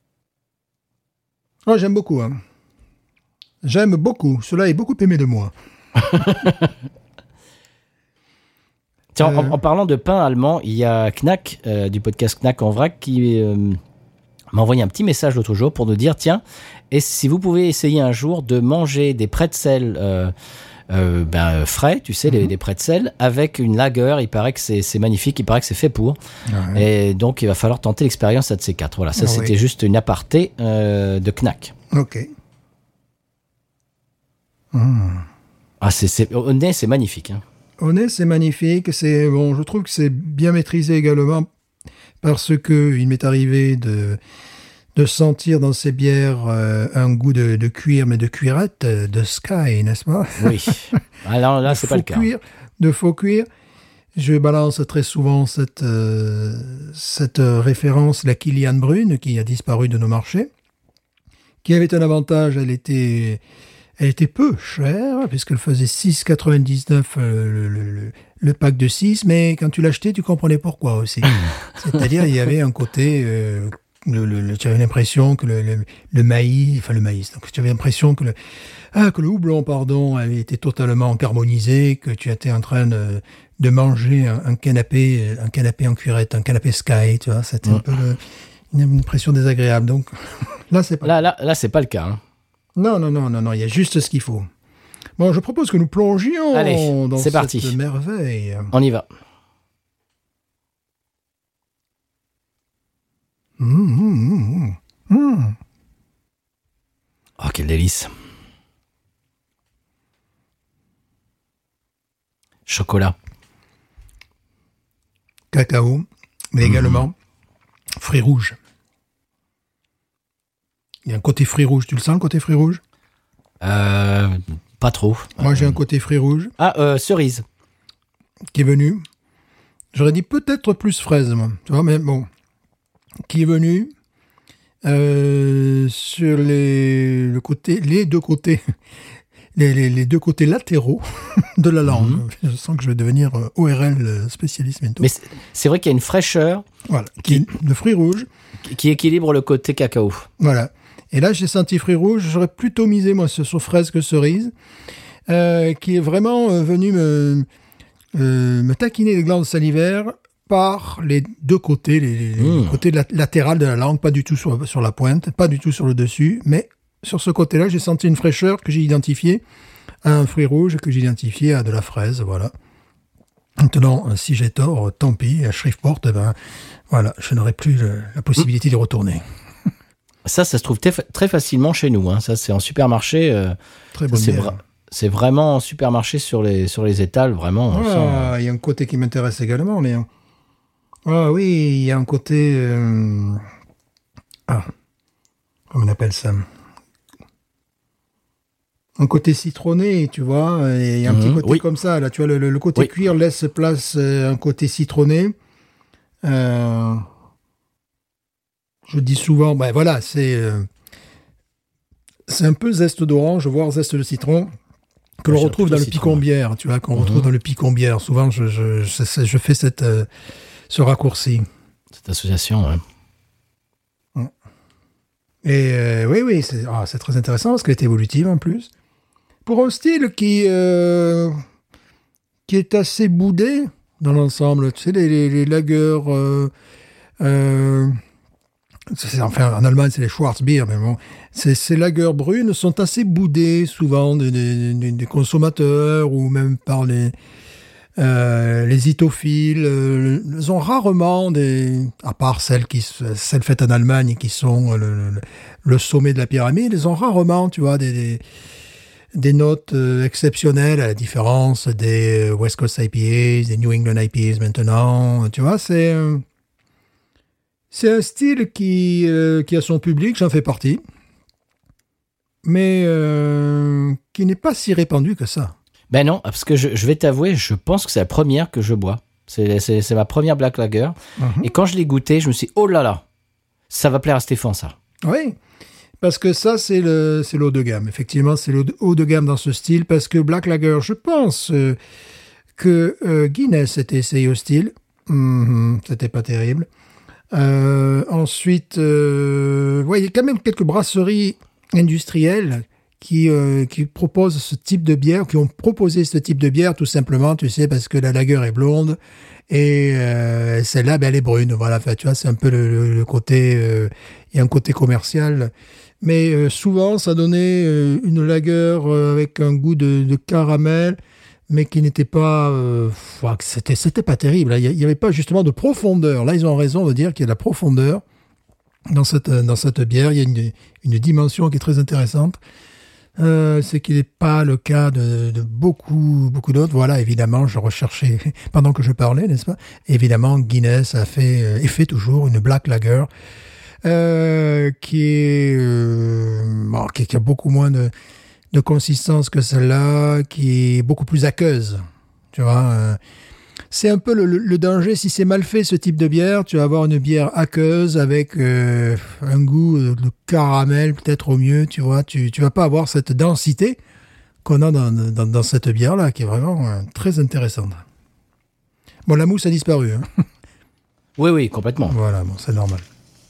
S2: Oh, j'aime beaucoup. Hein. J'aime beaucoup. Cela est beaucoup aimé de moi.
S1: Tiens, en,
S2: Euh.
S1: en parlant de pain allemand, il y a Knack, euh, du podcast Knack en vrac, qui euh, m'a envoyé un petit message l'autre jour pour nous dire, tiens, et si vous pouvez essayer un jour de manger des pretzels euh, euh, ben, frais, tu sais, les, les pretzels, avec une lager, il paraît que c'est, c'est magnifique, il paraît que c'est fait pour.
S2: Ouais.
S1: Et donc, il va falloir tenter l'expérience à de ces quatre. Voilà, ça,
S2: Ah
S1: c'était
S2: oui.
S1: juste une aparté euh, de Knack.
S2: Ok.
S1: Ah, c'est, c'est, au nez, c'est magnifique. Hein.
S2: Au nez, c'est magnifique. C'est bon. Je trouve que c'est bien maîtrisé également parce que il m'est arrivé de de sentir dans ces bières euh, un goût de, de cuir, mais de cuirette, euh, de Sky, n'est-ce pas?
S1: Oui. Alors là,
S2: De
S1: c'est pas le
S2: faux
S1: cas.
S2: cuir, de faux cuir. Je balance très souvent cette euh, cette euh, référence, la Kilian Brune, qui a disparu de nos marchés, qui avait un avantage. Elle était Elle était peu chère, puisqu'elle faisait six quatre-vingt-dix-neuf euh, le, le, le, le pack de six, mais quand tu l'achetais, tu comprenais pourquoi aussi. C'est-à-dire, il y avait un côté... Euh, le, le, le- tu avais l'impression que le, le, le maïs... Enfin, le maïs. Donc, tu avais l'impression que le, ah, que le houblon, pardon, avait été totalement carbonisé, que tu étais en train de, de manger un, un canapé un canapé en cuirette, un canapé Sky, tu vois. C'était un peu le, une impression désagréable. Donc, là, c'est pas...
S1: Là, là, là, c'est pas le cas. Hein.
S2: Non, non, non, non, non, il y a juste ce qu'il faut. Bon, je propose que nous plongions
S1: Allez,
S2: dans
S1: c'est
S2: cette
S1: parti.
S2: merveille.
S1: On y va.
S2: Mmh, mmh, mmh, mmh.
S1: Oh, quel délice. Chocolat.
S2: Cacao, mais également fruits rouges. Il y a un côté fruits rouges. Tu le sens, le côté fruits rouges?
S1: Euh, pas trop.
S2: Moi, j'ai un côté fruits rouges
S1: Ah, euh, cerise.
S2: qui est venu. J'aurais dit peut-être plus fraise, moi. Tu vois, mais bon. Qui est venu euh, sur les, le côté, les deux côtés, les, les, les deux côtés latéraux de la langue.
S1: Mhm.
S2: Je sens que je vais devenir euh, O R L spécialiste bientôt.
S1: Mais c'est, c'est vrai qu'il y a une fraîcheur
S2: Voilà. Qui est de fruits rouges.
S1: qui- qui équilibre le côté cacao.
S2: Voilà. Et là, j'ai senti fruits rouges. J'aurais plutôt misé, moi, sur, sur fraise que cerise. Euh, qui est vraiment euh, venu me, euh, me taquiner les glandes salivaires par les deux côtés, les, les
S1: Mmh.
S2: côtés lat- latéral de la langue, pas du tout sur, sur la pointe, pas du tout sur le dessus, mais sur ce côté-là, j'ai senti une fraîcheur que j'ai identifiée à un fruit rouge, que j'ai identifié à de la fraise, voilà. Maintenant, si j'ai tort, tant pis, à Shreveport, eh ben, voilà, je n'aurai plus le- la possibilité d'y retourner.
S1: Ça, ça se trouve très, très facilement chez nous. Hein. Ça, c'est en supermarché. euh,
S2: Très bonne
S1: c'est,
S2: bière.
S1: vra- c'est vraiment en supermarché sur les, sur les étals, vraiment. on sent-
S2: Ah, il y a un côté qui m'intéresse également, Léon. Ah oui, il y a un côté... euh, Ah, comment on appelle ça? Un côté citronné, tu vois, et il y a un
S1: Mhm,
S2: petit côté
S1: oui.
S2: comme ça. Là, tu vois, le, le- le côté
S1: Oui.
S2: cuir laisse place à un côté citronné. Euh, Je dis souvent, ben voilà, c'est euh, c'est un peu zeste d'orange, voire zeste de citron, que
S1: Ouais,
S2: l'on
S1: j'ai
S2: retrouve
S1: plutôt
S2: dans le
S1: citron,
S2: picombière, tu vois, qu'on
S1: Mhm.
S2: retrouve dans le picombière. Souvent, je, je, je, je fais cette, euh, ce raccourci.
S1: Cette association, ouais.
S2: Et euh, oui, oui, c'est ah, c'est très intéressant parce qu'elle est évolutive en plus. Pour un style qui, euh, qui est assez boudé dans l'ensemble. Tu sais, les, les, les lagers... Euh, euh, c'est- enfin, en Allemagne, c'est les Schwarzbier, mais bon, ces, ces lagers brunes sont assez boudées souvent des, des, des- des consommateurs ou même par les, Euh, les itophiles, euh, ils ont rarement des, à part celles qui, celles faites en Allemagne qui sont le, le, le sommet de la pyramide, ils ont rarement, tu vois, des, des, des notes euh, exceptionnelles à la différence des West Coast I P As, des New England I P As maintenant, tu vois, c'est, euh, c'est un style qui, euh, qui a son public, j'en fais partie, mais euh, qui n'est pas si répandu que ça.
S1: Ben non, parce que je, je vais t'avouer, je pense que c'est la première que je bois. C'est, c'est, c'est ma première Black Lager. Mm-hmm. Et quand je l'ai goûté, je me suis dit, oh là là, ça va plaire à Stéphane, ça.
S2: Oui, parce que ça, c'est le, c'est le haut de gamme. Effectivement, c'est le haut de gamme dans ce style, parce que Black Lager, je pense euh, que euh, Guinness était essayé au style. Mm-hmm, c'était pas terrible. Euh, ensuite, euh, ouais, il y a quand même quelques brasseries industrielles qui euh, qui proposent ce type de bière, qui ont proposé ce type de bière tout simplement, tu sais, parce que la lager est blonde et euh, celle-là, ben, elle est brune. Voilà, enfin, tu vois, c'est un peu le, le, le côté, euh, il y a un côté commercial, mais euh, souvent ça donnait euh, une lager euh, avec un goût de, de caramel, mais qui n'était pas, euh, c'était c'était pas terrible. Il y avait pas justement de profondeur. Là, ils ont raison de dire qu'il y a de la profondeur dans cette dans cette bière. Il y a une une dimension qui est très intéressante. Euh, c'est qu'il n'est pas le cas de, de beaucoup, beaucoup d'autres. Voilà, évidemment, je recherchais pendant que je parlais, n'est-ce pas? Évidemment, Guinness a fait euh, et fait toujours une Black Lager euh, qui est euh, bon, qui, qui a beaucoup moins de, de consistance que celle-là, qui est beaucoup plus aqueuse. Tu vois, euh, c'est un peu le, le, le danger si c'est mal fait ce type de bière. Tu vas avoir une bière aqueuse avec euh, un goût de caramel peut-être au mieux. Tu vois, tu tu vas pas avoir cette densité qu'on a dans, dans, dans cette bière là, qui est vraiment euh, très intéressante. Bon, la mousse a disparu. Hein.
S1: Oui, oui, complètement.
S2: Voilà, bon, c'est normal.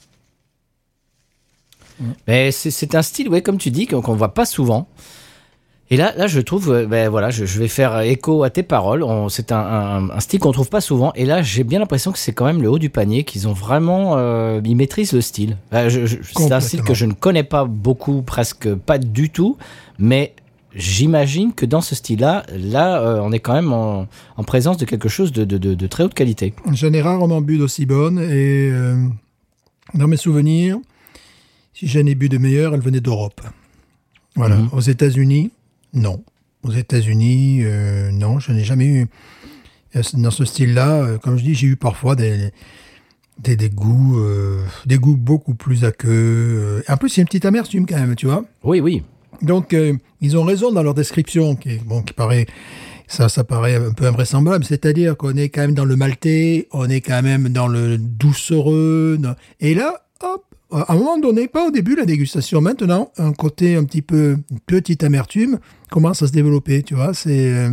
S1: Mais c'est, c'est un style, ouais, comme tu dis, qu'on, qu'on voit pas souvent. Et là, là, je trouve, ben voilà, je, je vais faire écho à tes paroles. On, c'est un, un, un style qu'on trouve pas souvent. Et là, j'ai bien l'impression que c'est quand même le haut du panier, qu'ils ont vraiment, euh, ils maîtrisent le style. Ben, je, je, c'est un style que je ne connais pas beaucoup, presque pas du tout, mais j'imagine que dans ce style-là, là, euh, on est quand même en, en présence de quelque chose de, de, de, de très haute qualité.
S2: J'en ai rarement bu d'aussi bonne, et euh, dans mes souvenirs, si j'en ai bu de meilleures, elles venaient d'Europe. Voilà, mm-hmm. Aux États-Unis. Non. Aux États-Unis, euh, non, je n'ai jamais eu dans ce style-là. Euh, comme je dis, j'ai eu parfois des des, des goûts, euh, des goûts beaucoup plus aqueux. En plus, il y a une petite amertume quand même, tu vois.
S1: Oui, oui.
S2: Donc, euh, ils ont raison dans leur description, qui bon, qui paraît, ça, ça paraît un peu invraisemblable. C'est-à-dire qu'on est quand même dans le maltais, on est quand même dans le doucereux, dans... et là, hop. À un moment donné, pas au début de la dégustation, maintenant, un côté un petit peu, une petite amertume commence à se développer, tu vois, c'est... Euh,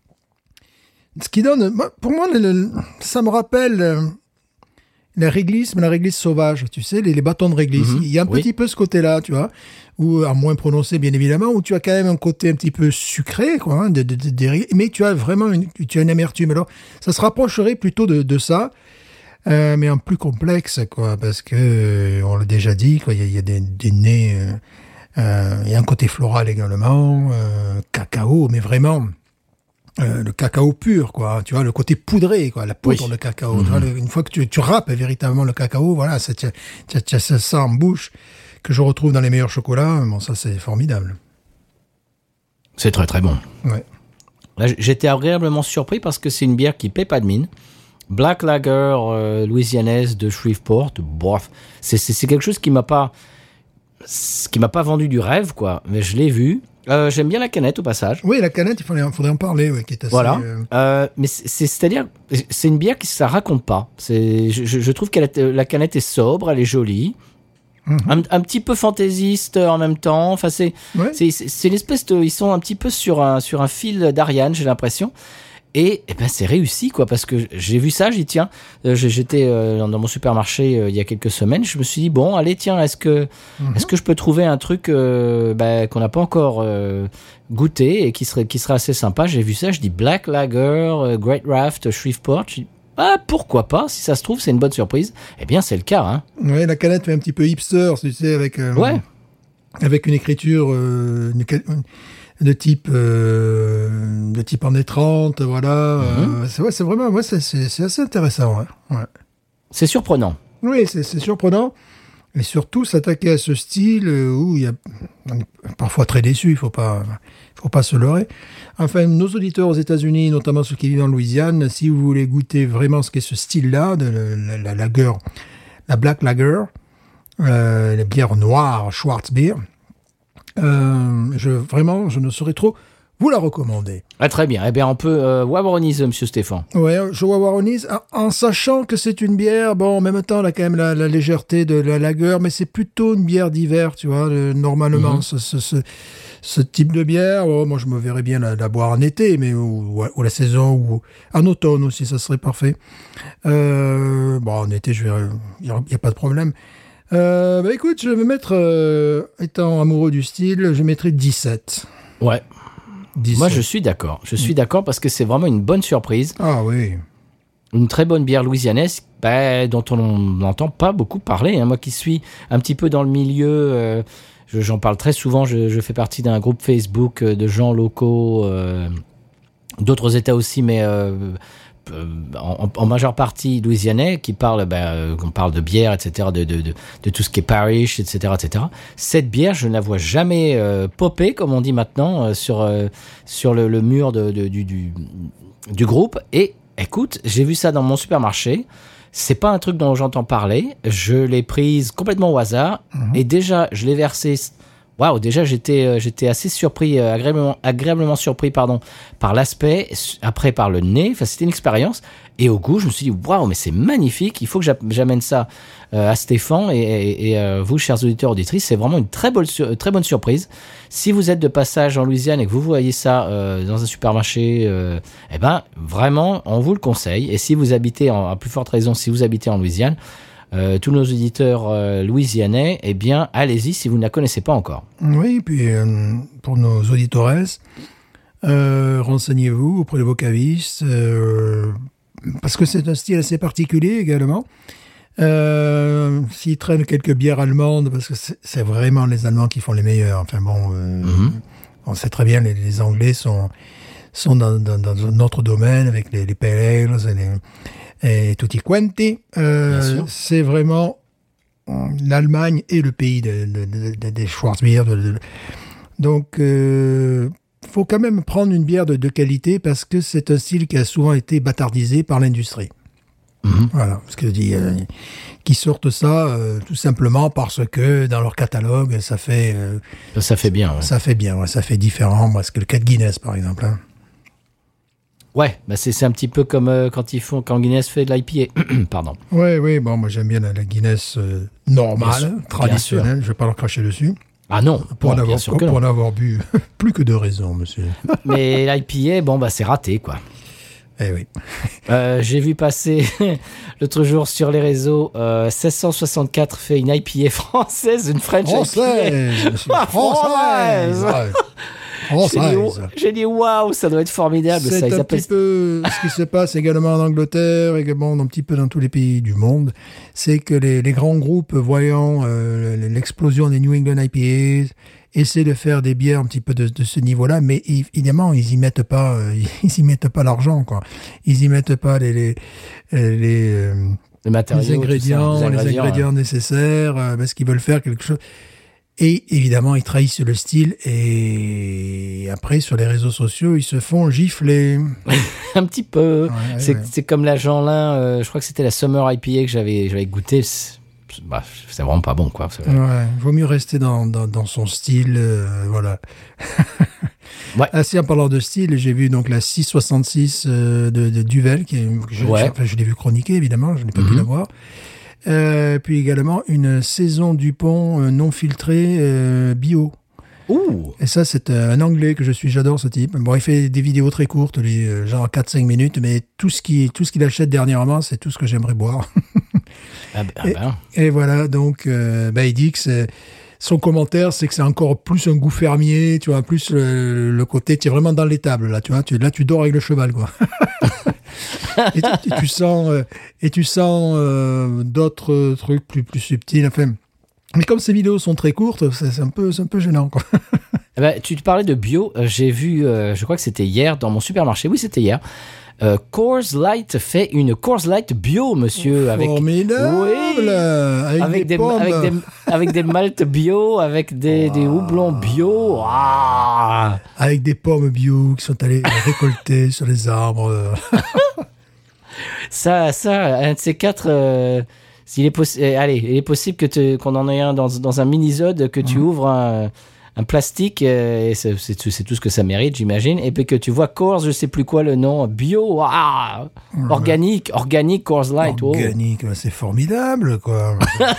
S2: ce qui donne... Pour moi, le, le, ça me rappelle euh, la réglisse, mais la réglisse sauvage, tu sais, les, les bâtons de réglisse. Mm-hmm, il y a un oui. petit peu ce côté-là, tu vois, ou à moins prononcé, bien évidemment, où tu as quand même un côté un petit peu sucré, quoi, hein, de, de, de, de, mais tu as vraiment une, tu as une amertume. Alors, ça se rapprocherait plutôt de, de ça. Euh, mais en plus complexe, quoi, parce que euh, on l'a déjà dit, quoi, il y, y a des, des nez, euh, euh, il y a un côté floral également, euh, cacao, mais vraiment euh, le cacao pur, quoi, tu vois, le côté poudré, quoi, la poudre oui. de cacao. Mm-hmm. Tu vois, le, une fois que tu, tu râpes véritablement le cacao, voilà, c'est, tu, tu, tu as ça en bouche que je retrouve dans les meilleurs chocolats. Bon, ça c'est formidable.
S1: C'est très très bon.
S2: Ouais.
S1: Là, j'étais agréablement surpris parce que c'est une bière qui paie pas de mine. Black Lager euh, louisianaise de Shreveport, bof, c'est, c'est, c'est quelque chose qui m'a pas, qui m'a pas vendu du rêve, quoi. Mais je l'ai vu. Euh, j'aime bien la canette au passage.
S2: Oui, la canette, il faudrait, faudrait en parler, ouais, qui est assez.
S1: Voilà. Euh... Euh, mais c'est, c'est, c'est-à-dire, c'est une bière qui ça raconte pas. C'est, je, je trouve que la canette est sobre, elle est jolie. Mm-hmm. Un, un petit peu fantaisiste en même temps. Enfin, c'est, ouais. c'est, c'est, c'est une espèce de, ils sont un petit peu sur un, sur un fil d'Ariane, j'ai l'impression. Et, et ben c'est réussi, quoi, parce que j'ai vu ça, j'ai dit tiens, euh, j'étais euh, dans mon supermarché euh, il y a quelques semaines, je me suis dit bon allez tiens, est-ce que mm-hmm. est-ce que je peux trouver un truc euh, ben, qu'on n'a pas encore euh, goûté et qui serait qui serait assez sympa. J'ai vu ça, je dis Black Lager, euh, Great Raft, Shreveport. Je dis ah pourquoi pas, si ça se trouve c'est une bonne surprise. Eh bien c'est le cas, hein.
S2: Ouais, la canette fait un petit peu hipster, tu sais, avec euh,
S1: ouais.
S2: avec une écriture, euh, une, de type euh, de type années trente, voilà. Mm-hmm. Euh, c'est, ouais, c'est vraiment, ouais, c'est, c'est, c'est assez intéressant. Ouais. Ouais.
S1: C'est surprenant.
S2: Oui, c'est, c'est surprenant. Et surtout, s'attaquer à ce style où il y a, on est parfois très déçu, il faut pas, faut pas se leurrer. Enfin, nos auditeurs aux États-Unis, notamment ceux qui vivent en Louisiane, si vous voulez goûter vraiment ce qu'est ce style-là, de la, la, la lager, la black lager, euh, la bière noire, Schwarzbier, euh, je, vraiment, je ne saurais trop vous la recommander.
S1: Ah, très bien. Eh bien, on peut euh, wawaroniser, monsieur Stéphane.
S2: Ouais, je wawaronise en sachant que c'est une bière, bon, en même temps, elle a quand même la, la légèreté de la lager, mais c'est plutôt une bière d'hiver, tu vois, le, normalement, mm-hmm. ce, ce, ce, ce type de bière, oh, moi, je me verrais bien la, la boire en été, mais ou, ou la saison, ou en automne aussi, ça serait parfait. Euh, bon, en été, je vais, il n'y a pas de problème. Euh, bah, écoute, je vais me mettre, euh, étant amoureux du style, je mettrai dix-sept.
S1: Ouais. dix-sept. Moi, je suis d'accord. Je suis mmh. d'accord parce que c'est vraiment une bonne surprise.
S2: Ah oui.
S1: Une très bonne bière louisianaise bah, dont on n'entend pas beaucoup parler. Hein. Moi qui suis un petit peu dans le milieu, euh, je, j'en parle très souvent. Je, je fais partie d'un groupe Facebook de gens locaux, euh, d'autres États aussi, mais euh, en, en majeure partie louisianais, qui parlent, bah, on parle de bière, et cetera, de, de, de, de tout ce qui est parish, et cetera, et cetera. Cette bière, je ne la vois jamais euh, popper, comme on dit maintenant, euh, sur, euh, sur le, le mur de, de, du, du, du groupe. Et écoute, j'ai vu ça dans mon supermarché. C'est pas un truc dont j'entends parler. Je l'ai prise complètement au hasard. Mmh. Et déjà, je l'ai versée. Waouh, déjà j'étais euh, j'étais assez surpris, euh, agréablement agréablement surpris pardon, par l'aspect, après par le nez. Enfin, c'était une expérience. Et au goût, je me suis dit waouh, mais c'est magnifique. Il faut que j'amène ça euh, à Stéphane et, et, et euh, vous, chers auditeurs auditrices, c'est vraiment une très bonne sur, très bonne surprise. Si vous êtes de passage en Louisiane et que vous voyez ça euh, dans un supermarché, euh, eh ben vraiment, on vous le conseille. Et si vous habitez, en, à plus forte raison, si vous habitez en Louisiane. Euh, tous nos auditeurs euh, louisianais, eh bien, allez-y si vous ne la connaissez pas encore.
S2: Oui, puis euh, pour nos auditeurs, euh, renseignez-vous auprès de vos cavistes, euh, parce que c'est un style assez particulier également. Euh, s'ils traînent quelques bières allemandes, parce que c'est, c'est vraiment les Allemands qui font les meilleurs. Enfin bon, euh, mm-hmm. on sait très bien, les, les Anglais sont, sont dans, dans, dans un autre domaine avec les, les pale ales et les... Et tutti quanti, euh, c'est vraiment l'Allemagne et le pays de, de, de, de, des Schwarzbier. De, de, donc, il euh, faut quand même prendre une bière de, de qualité parce que c'est un style qui a souvent été bâtardisé par l'industrie. Mm-hmm. Voilà, parce que dit euh, qui sortent ça euh, tout simplement parce que dans leur catalogue, ça fait euh,
S1: ça, ça fait bien. Ouais.
S2: Ça fait bien, ouais, ça fait différent. Parce que le cas de Guinness, par exemple. Hein.
S1: Ouais, bah c'est, c'est un petit peu comme euh, quand ils font quand Guinness fait de l'I P A. Pardon.
S2: Ouais, oui, bon, moi j'aime bien la, la Guinness euh, normale, sûr, traditionnelle. Je vais pas leur cracher dessus.
S1: Ah non,
S2: pour
S1: bon,
S2: en avoir, pour, pour en avoir bu plus que de raison, monsieur.
S1: Mais l'I P A, bon bah c'est raté quoi.
S2: Eh oui.
S1: euh, j'ai vu passer l'autre jour sur les réseaux euh, seize cent soixante-quatre fait une I P A française, une French
S2: française,
S1: I P A.
S2: Monsieur, française. française.
S1: J'ai dit waouh, ça doit être formidable.
S2: C'est
S1: ça. Ils
S2: un
S1: appellent...
S2: petit peu ce qui se passe également en Angleterre, également un petit peu dans tous les pays du monde. C'est que les, les grands groupes, voyant euh, l'explosion des New England I P As, essaient de faire des bières un petit peu de, de ce niveau-là, mais évidemment ils y mettent pas, euh, ils y mettent pas l'argent, quoi. Ils y mettent pas les les les, euh,
S1: les, matériaux,
S2: les ingrédients,
S1: ça, les
S2: les ingrédients, ingrédients
S1: hein.
S2: nécessaires, euh, parce qu'ils veulent faire quelque chose. Et évidemment, ils trahissent le style et après, sur les réseaux sociaux, ils se font gifler.
S1: Un petit peu.
S2: Ouais,
S1: c'est,
S2: ouais.
S1: c'est comme la Jeanlin, euh, je crois que c'était la Summer I P A que j'avais, j'avais goûté. C'est, bah, c'est vraiment pas bon, quoi. C'est...
S2: Ouais, vaut mieux rester dans, dans, dans son style, euh, voilà.
S1: Ouais.
S2: Ainsi, en parlant de style, j'ai vu donc la six soixante-six euh, de, de Duvel, qui est, je,
S1: ouais.
S2: je, enfin, je l'ai vu chroniquer, évidemment, je n'ai pas mm-hmm. pu la voir. Euh, puis également une saison Dupont euh, non filtrée euh, bio.
S1: Ouh.
S2: Et ça, c'est euh, un Anglais que je suis, j'adore ce type. Bon, il fait des vidéos très courtes, les, euh, genre quatre à cinq minutes, mais tout ce, qui, tout ce qu'il achète dernièrement, c'est tout ce que j'aimerais boire.
S1: ah ben,
S2: et,
S1: ben.
S2: et voilà, donc euh, bah, il dit que c'est, son commentaire, c'est que c'est encore plus un goût fermier, tu vois, plus le, le côté, tu es vraiment dans l'étable, là, tu vois, tu, là, tu dors avec le cheval, quoi. et, tu, tu sens euh, et tu sens euh, d'autres trucs plus plus subtils, enfin, mais comme ces vidéos sont très courtes, c'est, c'est un peu c'est un peu gênant, quoi.
S1: Eh ben, tu te parlais de bio. Euh, j'ai vu, euh, je crois que c'était hier dans mon supermarché. Oui, c'était hier. Euh, Coors Light fait une Coors Light bio, monsieur.
S2: Formidable.
S1: Avec, oui,
S2: avec,
S1: avec,
S2: des
S1: des,
S2: pommes.
S1: avec, des, avec des maltes bio, avec des, wow. des houblons bio. Wow.
S2: Avec des pommes bio qui sont allées récolter sur les arbres.
S1: ça, ça, un de ces quatre... Euh, s'il est possi- allez, il est possible que te, qu'on en ait un dans, dans un mini-zode, que tu mmh. ouvres un... un plastique, euh, et c'est, c'est, c'est tout ce que ça mérite, j'imagine, et puis que tu vois Coors, je sais plus quoi le nom, bio, ah, ouais. organique, organique Coors Light.
S2: Organique, oh. C'est formidable, quoi.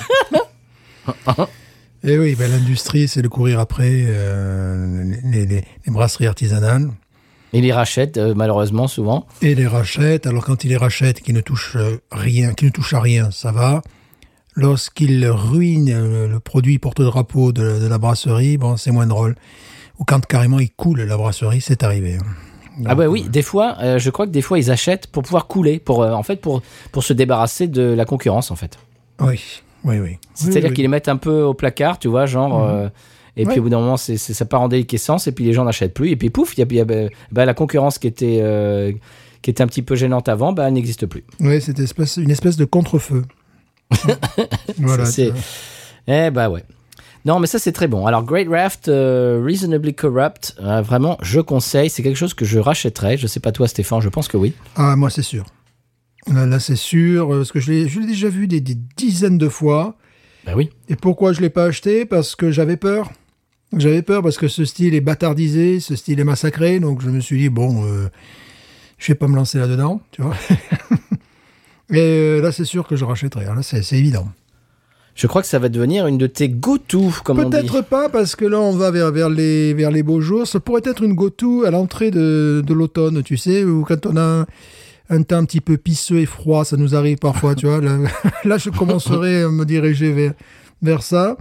S2: Et oui, ben, l'industrie, c'est de courir après euh, les, les, les brasseries artisanales.
S1: Et les rachète, euh, malheureusement, souvent.
S2: Et les rachète, alors quand ils les rachètent, qu'ils ne touchent rien, qu'ils ne touchent à rien, ça va. Lorsqu'ils ruinent le, le produit porte-drapeau de, de la brasserie, bon, c'est moins drôle. Ou quand carrément ils coulent la brasserie, c'est arrivé. Donc,
S1: ah bah oui, euh, des fois, euh, je crois que des fois ils achètent pour pouvoir couler, pour euh, en fait pour pour se débarrasser de la concurrence en fait.
S2: Oui, oui, oui.
S1: C'est-à-dire
S2: oui, oui.
S1: qu'ils les mettent un peu au placard, tu vois, genre. Mmh. Euh, et ouais. puis au bout d'un moment, c'est, c'est, ça part en déliquescence et puis les gens n'achètent plus et puis pouf, il y a, y a bah, bah, la concurrence qui était euh, qui était un petit peu gênante avant, bah elle n'existe plus.
S2: Oui, c'est une espèce, une espèce de contre-feu.
S1: Voilà. C'est... Eh bah ouais. Non, mais ça c'est très bon. Alors Great Raft, uh, Reasonably Corrupt, euh, vraiment, je conseille. C'est quelque chose que je rachèterais. Je sais pas toi, Stéphane. Je pense que oui.
S2: Ah, moi c'est sûr. Là, là c'est sûr, parce que je l'ai, je l'ai déjà vu des, des dizaines de fois.
S1: Ben oui.
S2: Et pourquoi je l'ai pas acheté ? Parce que j'avais peur. J'avais peur parce que ce style est bâtardisé, ce style est massacré. Donc je me suis dit bon, euh, je vais pas me lancer là-dedans, tu vois. Et euh, là, c'est sûr que je rachèterai. Là, c'est, c'est évident.
S1: Je crois que ça va devenir une de tes go-to, comme on dit.
S2: Peut-être pas, parce que là, on va vers, vers, les, vers les beaux jours. Ça pourrait être une go-to à l'entrée de, de l'automne, tu sais, ou quand on a un, un temps un petit peu pisseux et froid, ça nous arrive parfois, tu vois. Là, là, je commencerai à me diriger vers, vers ça.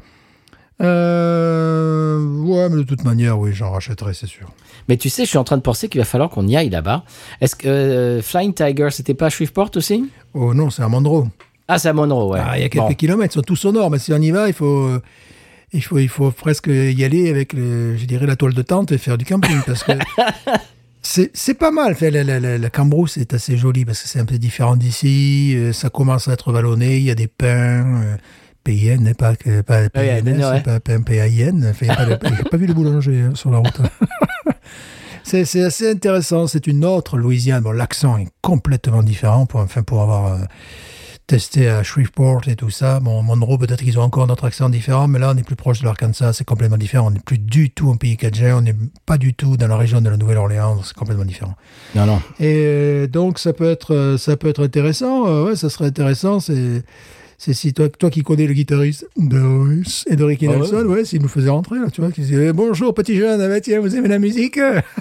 S2: Euh, ouais, mais de toute manière, oui, j'en rachèterai, c'est sûr.
S1: Mais tu sais, je suis en train de penser qu'il va falloir qu'on y aille là-bas. Est-ce que euh, Flying Tiger, c'était pas à Shreveport aussi ?
S2: Oh non, c'est à Monroe.
S1: Ah, c'est à Monroe, ouais.
S2: Ah, il y a quelques
S1: bon.
S2: kilomètres, ils sont tous au nord, mais si on y va, il faut, il faut, il faut presque y aller avec, le, je dirais, la toile de tente et faire du camping, parce que c'est, c'est pas mal. Enfin, la, la, la, la Cambrousse est assez jolie, parce que c'est un peu différent d'ici, ça commence à être vallonné, il y a des pins... Euh, P I N, pas, pas P I N,
S1: oui,
S2: c'est pas P I N. Il n'y a pas vu le boulanger hein, sur la route. c'est, c'est assez intéressant. C'est une autre Louisiane. Bon, l'accent est complètement différent pour, enfin, pour avoir euh, testé à Shreveport et tout ça. Bon, Monroe, peut-être qu'ils ont encore notre accent différent, mais là, on est plus proche de l'Arkansas. C'est complètement différent. On n'est plus du tout en pays cadien. On n'est pas du tout dans la région de la Nouvelle-Orléans. C'est complètement différent.
S1: Non, non.
S2: Et euh, donc, ça peut être, ça peut être intéressant. Euh, ouais, ça serait intéressant. C'est... C'est si toi, toi qui connais le guitariste de Russ et de Ricky ah Nelson, ouais, ouais s'il nous faisait rentrer, là, tu vois, qui disait bonjour petit jeune, ah bah, tiens, vous aimez la musique ?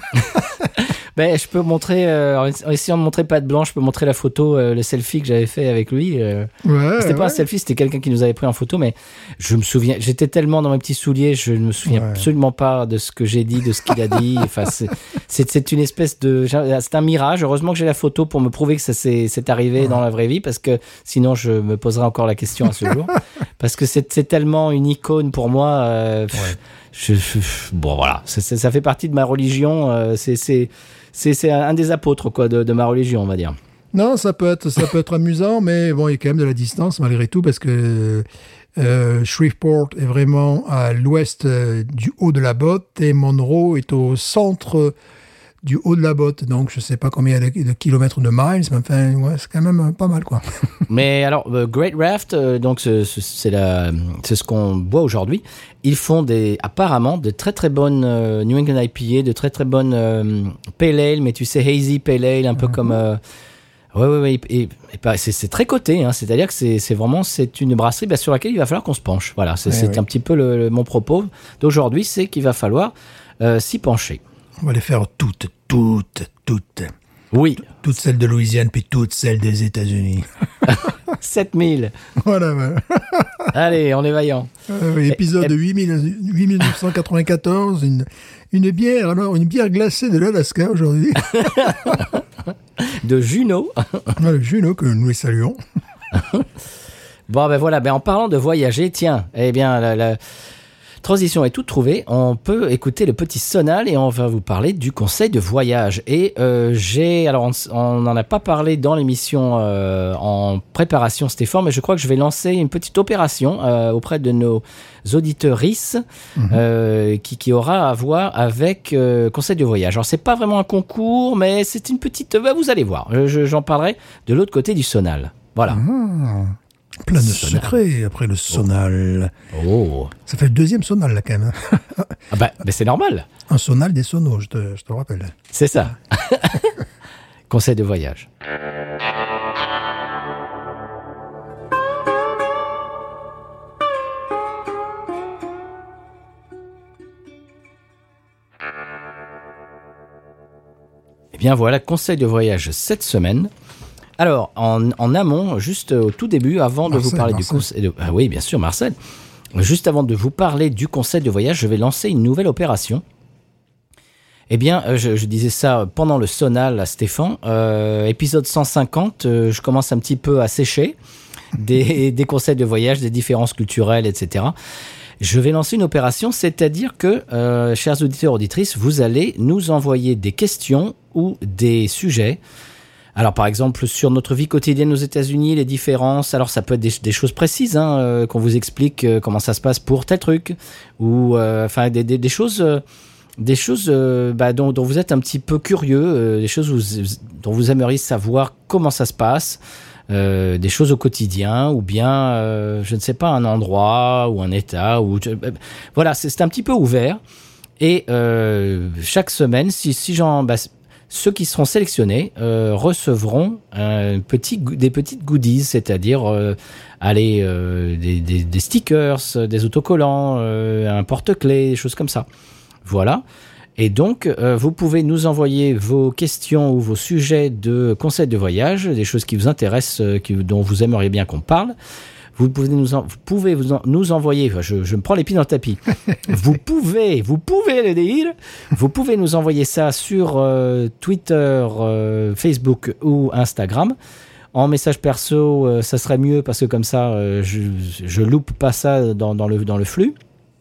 S1: Ben, je peux montrer, euh, en essayant de montrer patte blanche, je peux montrer la photo, euh, le selfie que j'avais fait avec lui. Euh,
S2: ouais,
S1: c'était pas
S2: ouais.
S1: un selfie, c'était quelqu'un qui nous avait pris en photo, mais je me souviens, j'étais tellement dans mes petits souliers, je ne me souviens ouais. absolument pas de ce que j'ai dit, de ce qu'il a dit. Enfin, c'est, c'est, c'est une espèce de, c'est un mirage. Heureusement que j'ai la photo pour me prouver que ça s'est, c'est arrivé ouais. dans la vraie vie, parce que sinon je me poserais encore la question à ce jour. Parce que c'est, c'est tellement une icône pour moi. Euh, ouais. je, je, bon, voilà, ça, ça, ça fait partie de ma religion. Euh, c'est, c'est, C'est, c'est un des apôtres quoi, de, de ma religion, on va dire.
S2: Non, ça peut être, ça peut être amusant, mais bon, il y a quand même de la distance malgré tout, parce que euh, Shreveport est vraiment à l'ouest euh, du haut de la botte et Monroe est au centre du haut de la botte. Donc, je ne sais pas combien il y a de, de kilomètres de miles, mais enfin, ouais, c'est quand même pas mal, quoi.
S1: Mais alors, euh, Great Raft, euh, donc c'est, c'est, la, c'est ce qu'on boit aujourd'hui. Ils font des, apparemment de très très bonnes euh, New England I P A, de très très bonnes euh, Pale Ale, mais tu sais, hazy Pale Ale, un peu mm-hmm. comme... Euh, ouais, ouais, ouais. Et, et, et c'est, c'est très coté, hein, c'est-à-dire que c'est, c'est vraiment c'est une brasserie bah, sur laquelle il va falloir qu'on se penche. Voilà, c'est, ouais, c'est ouais. un petit peu le, le, mon propos d'aujourd'hui, c'est qu'il va falloir euh, s'y pencher.
S2: On va les faire toutes, toutes, toutes.
S1: Oui.
S2: Toutes celles de Louisiane, puis toutes celles des États-Unis.
S1: sept mille.
S2: Voilà, voilà.
S1: Allez, on est vaillant.
S2: Euh, épisode et, huit mille neuf cent quatre-vingt-quatorze, une, une bière, alors, une bière glacée de l'Alaska aujourd'hui.
S1: De Juno.
S2: Voilà, Juno, que nous les saluons.
S1: Bon, ben voilà, ben en parlant de voyager, tiens, eh bien, la... la transition est toute trouvée. On peut écouter le petit sonal et on va vous parler du conseil de voyage. Et euh, j'ai, alors on n'en a pas parlé dans l'émission euh, en préparation, Stéphane, mais je crois que je vais lancer une petite opération euh, auprès de nos auditrices mmh. euh, qui, qui aura à voir avec euh, conseil de voyage. Alors c'est pas vraiment un concours, mais c'est une petite. Bah, vous allez voir. Je, j'en parlerai de l'autre côté du sonal. Voilà.
S2: Mmh. Plein de secrets après le sonal.
S1: Oh.
S2: Ça fait le deuxième sonal, là, quand même.
S1: Ah bah, mais c'est normal.
S2: Un sonal des sonos, je te, je te rappelle.
S1: C'est ça. Conseil de voyage. Eh bien, voilà, conseil de voyage cette semaine. Alors, en, en amont, juste au tout début, avant Marcel, de vous parler Marcel. du conseil... De, ah oui, bien sûr, Marcel. Juste avant de vous parler du conseil de voyage, je vais lancer une nouvelle opération. Eh bien, je, je disais ça pendant le sonal à Stéphane. Euh, épisode cent cinquante, euh, je commence un petit peu à sécher des, des conseils de voyage, des différences culturelles, et cetera. Je vais lancer une opération, c'est-à-dire que, euh, chers auditeurs, auditrices, vous allez nous envoyer des questions ou des sujets. Alors, par exemple, sur notre vie quotidienne aux États-Unis, les différences. Alors, ça peut être des, des choses précises, hein, euh, qu'on vous explique euh, comment ça se passe pour tel truc, ou euh, enfin des, des, des choses, euh, des choses euh, bah, dont, dont vous êtes un petit peu curieux, euh, des choses vous, dont vous aimeriez savoir comment ça se passe, euh, des choses au quotidien, ou bien, euh, je ne sais pas, un endroit ou un état, ou euh, voilà, c'est, c'est un petit peu ouvert. Et euh, chaque semaine, si, si j'en bah, ceux qui seront sélectionnés euh, recevront un petit, des petites goodies, c'est-à-dire euh, allez, euh, des, des, des stickers, des autocollants, euh, un porte-clés, des choses comme ça. Voilà. Et donc, euh, vous pouvez nous envoyer vos questions ou vos sujets de conseils de voyage, des choses qui vous intéressent, euh, qui, dont vous aimeriez bien qu'on parle. Vous pouvez nous, en, vous pouvez vous en, nous envoyer, enfin, je, je me prends les pieds dans le tapis, vous pouvez, vous pouvez le dire, vous pouvez nous envoyer ça sur euh, Twitter, euh, Facebook ou Instagram. En message perso, euh, ça serait mieux parce que comme ça, euh, je, je loupe pas ça dans, dans, le, dans le flux.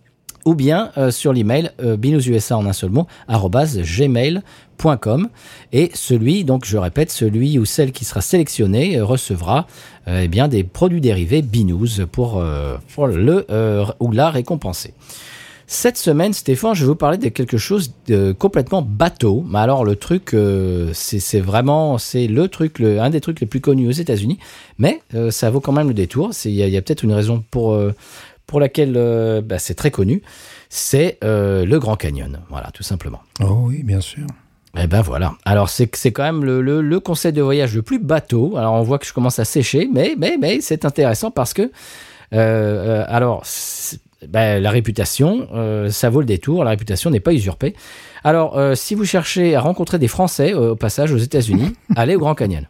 S1: Ou bien euh, sur l'email euh, binoususa en un seul mot, arobase gmail point com. Et celui, donc je répète, celui ou celle qui sera sélectionné euh, recevra euh, eh bien, des produits dérivés Binous pour, euh, pour le euh, ou la récompenser. Cette semaine, Stéphane, je vais vous parler de quelque chose de complètement bateau. Mais alors le truc, euh, c'est, c'est vraiment c'est le truc, le, un des trucs les plus connus aux États-Unis. Mais euh, ça vaut quand même le détour. Il y, y a peut-être une raison pour... Euh, pour laquelle euh, bah, c'est très connu, c'est euh, le Grand Canyon. Voilà, tout simplement.
S2: Oh oui, bien sûr.
S1: Eh ben voilà. Alors, c'est, c'est quand même le, le, le conseil de voyage le plus bateau. Alors, on voit que je commence à sécher, mais, mais, mais c'est intéressant parce que, euh, euh, alors, ben, la réputation, euh, ça vaut le détour. La réputation n'est pas usurpée. Alors, euh, si vous cherchez à rencontrer des Français, euh, au passage, aux États-Unis, allez au Grand Canyon.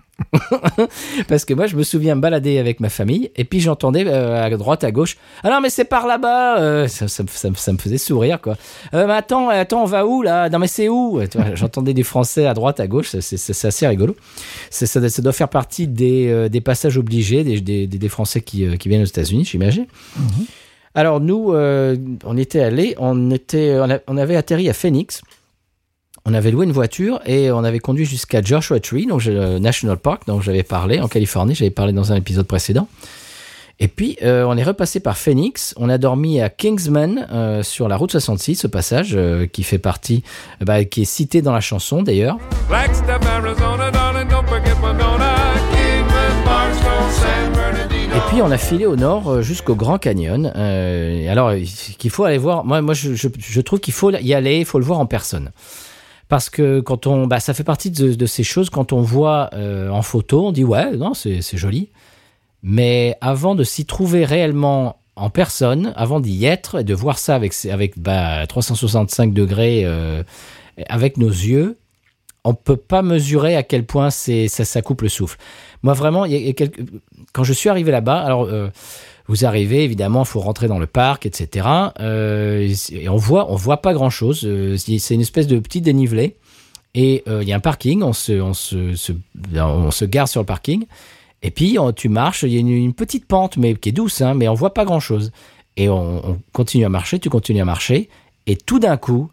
S1: Parce que moi je me souviens me balader avec ma famille et puis j'entendais euh, à droite à gauche ah non mais c'est par là-bas euh, ça, ça, ça, ça me faisait sourire quoi euh, mais attends attends on va où là non mais c'est où j'entendais des Français à droite à gauche c'est, c'est, c'est assez rigolo c'est, ça, ça doit faire partie des, euh, des passages obligés des, des, des Français qui, euh, qui viennent aux États-Unis j'imagine. Mm-hmm. Alors nous euh, on était allés on, était, on, a, on avait atterri à Phoenix. On avait loué une voiture et on avait conduit jusqu'à Joshua Tree, donc le National Park, dont j'avais parlé en Californie. J'avais parlé dans un épisode précédent. Et puis, euh, on est repassé par Phoenix. On a dormi à Kingsman, euh, sur la route soixante-six, au passage, euh, qui fait partie, euh, bah, qui est cité dans la chanson d'ailleurs. Flagstaff, Arizona, darling, don't forget Winona, Kingman, Barstow, San Bernardino. Et puis, on a filé au nord euh, jusqu'au Grand Canyon. Euh, alors, qu'il faut aller voir. Moi, moi, je, je, je trouve qu'il faut y aller. Il faut le voir en personne. Parce que quand on, bah, ça fait partie de, de ces choses, quand on voit euh, en photo, on dit ouais, non, c'est, c'est joli. Mais avant de s'y trouver réellement en personne, avant d'y être et de voir ça avec, avec bah, trois cent soixante-cinq degrés euh, avec nos yeux, on ne peut pas mesurer à quel point c'est, ça, ça coupe le souffle. Moi, vraiment, y a, y a quelques... quand je suis arrivé là-bas, alors... Euh, vous arrivez, évidemment, il faut rentrer dans le parc, et cetera. Euh, et on voit, on voit pas grand-chose. Euh, c'est une espèce de petit dénivelé. Et il euh, y a un parking, on se, on, se, se, on se gare sur le parking. Et puis, on, tu marches, il y a une, une petite pente, mais qui est douce, hein, mais on voit pas grand-chose. Et on, on continue à marcher, tu continues à marcher. Et tout d'un coup,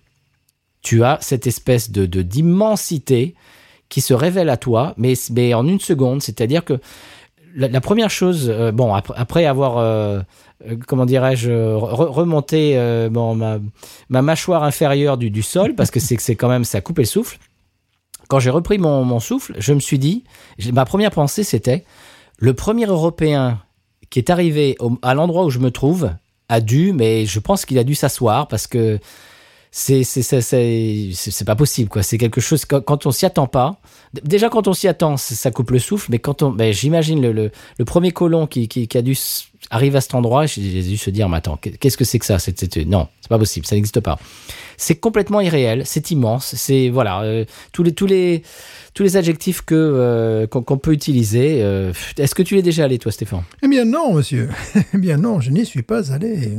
S1: tu as cette espèce de, de, d'immensité qui se révèle à toi, mais, mais en une seconde. C'est-à-dire que la, la première chose, euh, bon, après, après avoir, euh, euh, comment dirais-je, re, remonté euh, bon, ma, ma mâchoire inférieure du, du sol, parce que c'est, c'est quand même, ça coupe le souffle. Quand j'ai repris mon, mon souffle, je me suis dit, ma première pensée, c'était, le premier Européen qui est arrivé au, à l'endroit où je me trouve a dû, mais je pense qu'il a dû s'asseoir, parce que C'est, c'est, c'est, c'est, c'est pas possible, quoi. C'est quelque chose, quand, quand on s'y attend pas. Déjà, quand on s'y attend, ça coupe le souffle, mais quand on, ben, j'imagine le, le, le premier colon qui, qui, qui a dû arriver à cet endroit, j'ai dû se dire, mais attends, qu'est-ce que c'est que ça? C'est, c'est, non, c'est pas possible, ça n'existe pas. C'est complètement irréel, c'est immense, c'est, voilà, euh, tous les, tous les, tous les adjectifs que, euh, qu'on, qu'on peut utiliser. Euh, est-ce que tu y es déjà allé, toi, Stéphane?
S2: Eh bien, non, monsieur. Eh bien, non, je n'y suis pas allé.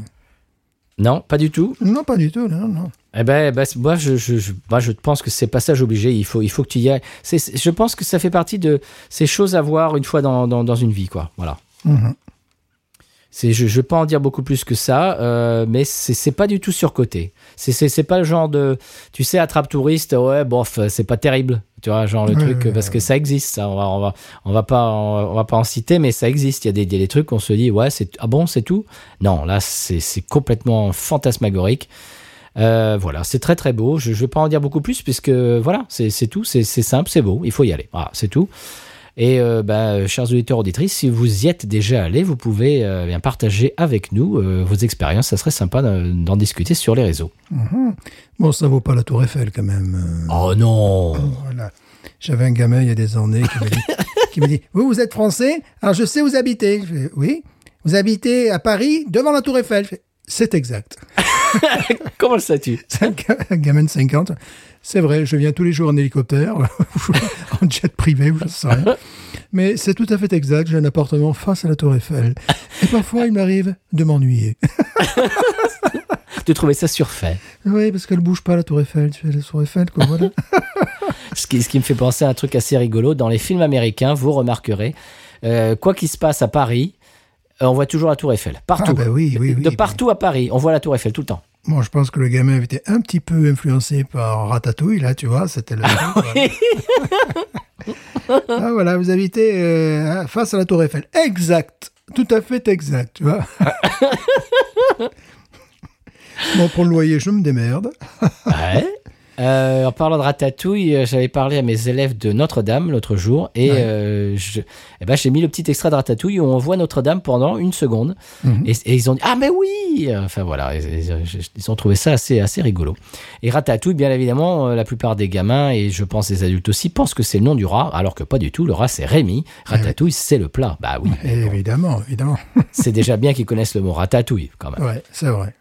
S1: Non, pas du tout.
S2: Non, pas du tout, non, non.
S1: Eh ben, ben moi, je, je, je, moi, je pense que c'est passage obligé. Il faut, il faut que tu y ailles. C'est, c'est, je pense que ça fait partie de ces choses à voir une fois dans, dans, dans une vie, quoi. Voilà.
S2: Mm-hmm.
S1: C'est, je ne vais pas en dire beaucoup plus que ça, euh, mais c'est, c'est pas du tout surcoté. C'est, c'est, c'est pas le genre de, tu sais, attrape touriste, ouais, bof, c'est pas terrible. Tu vois, genre le
S2: ouais,
S1: truc,
S2: ouais,
S1: parce
S2: ouais.
S1: que ça existe, ça. On va, on va, on va pas, on va pas en citer, mais ça existe. Il y a des, des, des trucs qu'on se dit, ouais, c'est, ah bon, c'est tout? Non, là, c'est, c'est complètement fantasmagorique. Euh, voilà, c'est très très beau. Je ne vais pas en dire beaucoup plus, puisque voilà, c'est, c'est tout, c'est, c'est simple, c'est beau, il faut y aller. Voilà, c'est tout. Et euh, bah, chers auditeurs, auditrices, si vous y êtes déjà allés, vous pouvez euh, bien partager avec nous euh, vos expériences. Ça serait sympa d'en, d'en discuter sur les réseaux.
S2: Mm-hmm. Bon, ça vaut pas la Tour Eiffel quand même.
S1: Oh non.
S2: Voilà. J'avais un gamin il y a des années qui m'a dit, qui m'a dit vous, vous êtes français? Alors je sais où vous habitez. Je fais, oui. Vous habitez à Paris, devant la Tour Eiffel. Je fais, c'est exact.
S1: Comment le sais-tu?
S2: C'est un, un gamin de cinquante. C'est vrai, je viens tous les jours en hélicoptère, en jet privé, ou je sais rien. Mais c'est tout à fait exact. J'ai un appartement face à la Tour Eiffel. Et parfois, il m'arrive de m'ennuyer.
S1: De trouver ça surfait.
S2: Oui, parce qu'elle bouge pas, la Tour Eiffel. Tu fais la Tour Eiffel, quoi, voilà.
S1: ce, qui, ce qui me fait penser à un truc assez rigolo. Dans les films américains, vous remarquerez, euh, quoi qu'il se passe à Paris, on voit toujours la Tour Eiffel. Partout.
S2: Ah ben oui, oui, oui.
S1: De partout à Paris, on voit la Tour Eiffel tout le temps.
S2: Bon, je pense que le gamin avait été un petit peu influencé par Ratatouille, là, tu vois, c'était le... Ah voilà, vous habitez euh, face à la Tour Eiffel. Exact, tout à fait exact, tu vois. Bon, pour le loyer, je me démerde.
S1: Ouais. Euh, en parlant de Ratatouille, j'avais parlé à mes élèves de Notre-Dame l'autre jour et, ouais. euh, je, eh ben, j'ai mis le petit extrait de Ratatouille où on voit Notre-Dame pendant une seconde. Mm-hmm. et, et ils ont dit « Ah mais oui !» Enfin voilà, ils, ils ont trouvé ça assez, assez rigolo. Et Ratatouille, bien évidemment, la plupart des gamins et je pense des adultes aussi pensent que c'est le nom du rat, alors que pas du tout. Le rat, c'est Rémi. Ratatouille, ouais. c'est le plat. Bah oui.
S2: Et bon. Évidemment, évidemment.
S1: C'est déjà bien qu'ils connaissent le mot Ratatouille quand même.
S2: Ouais, c'est vrai.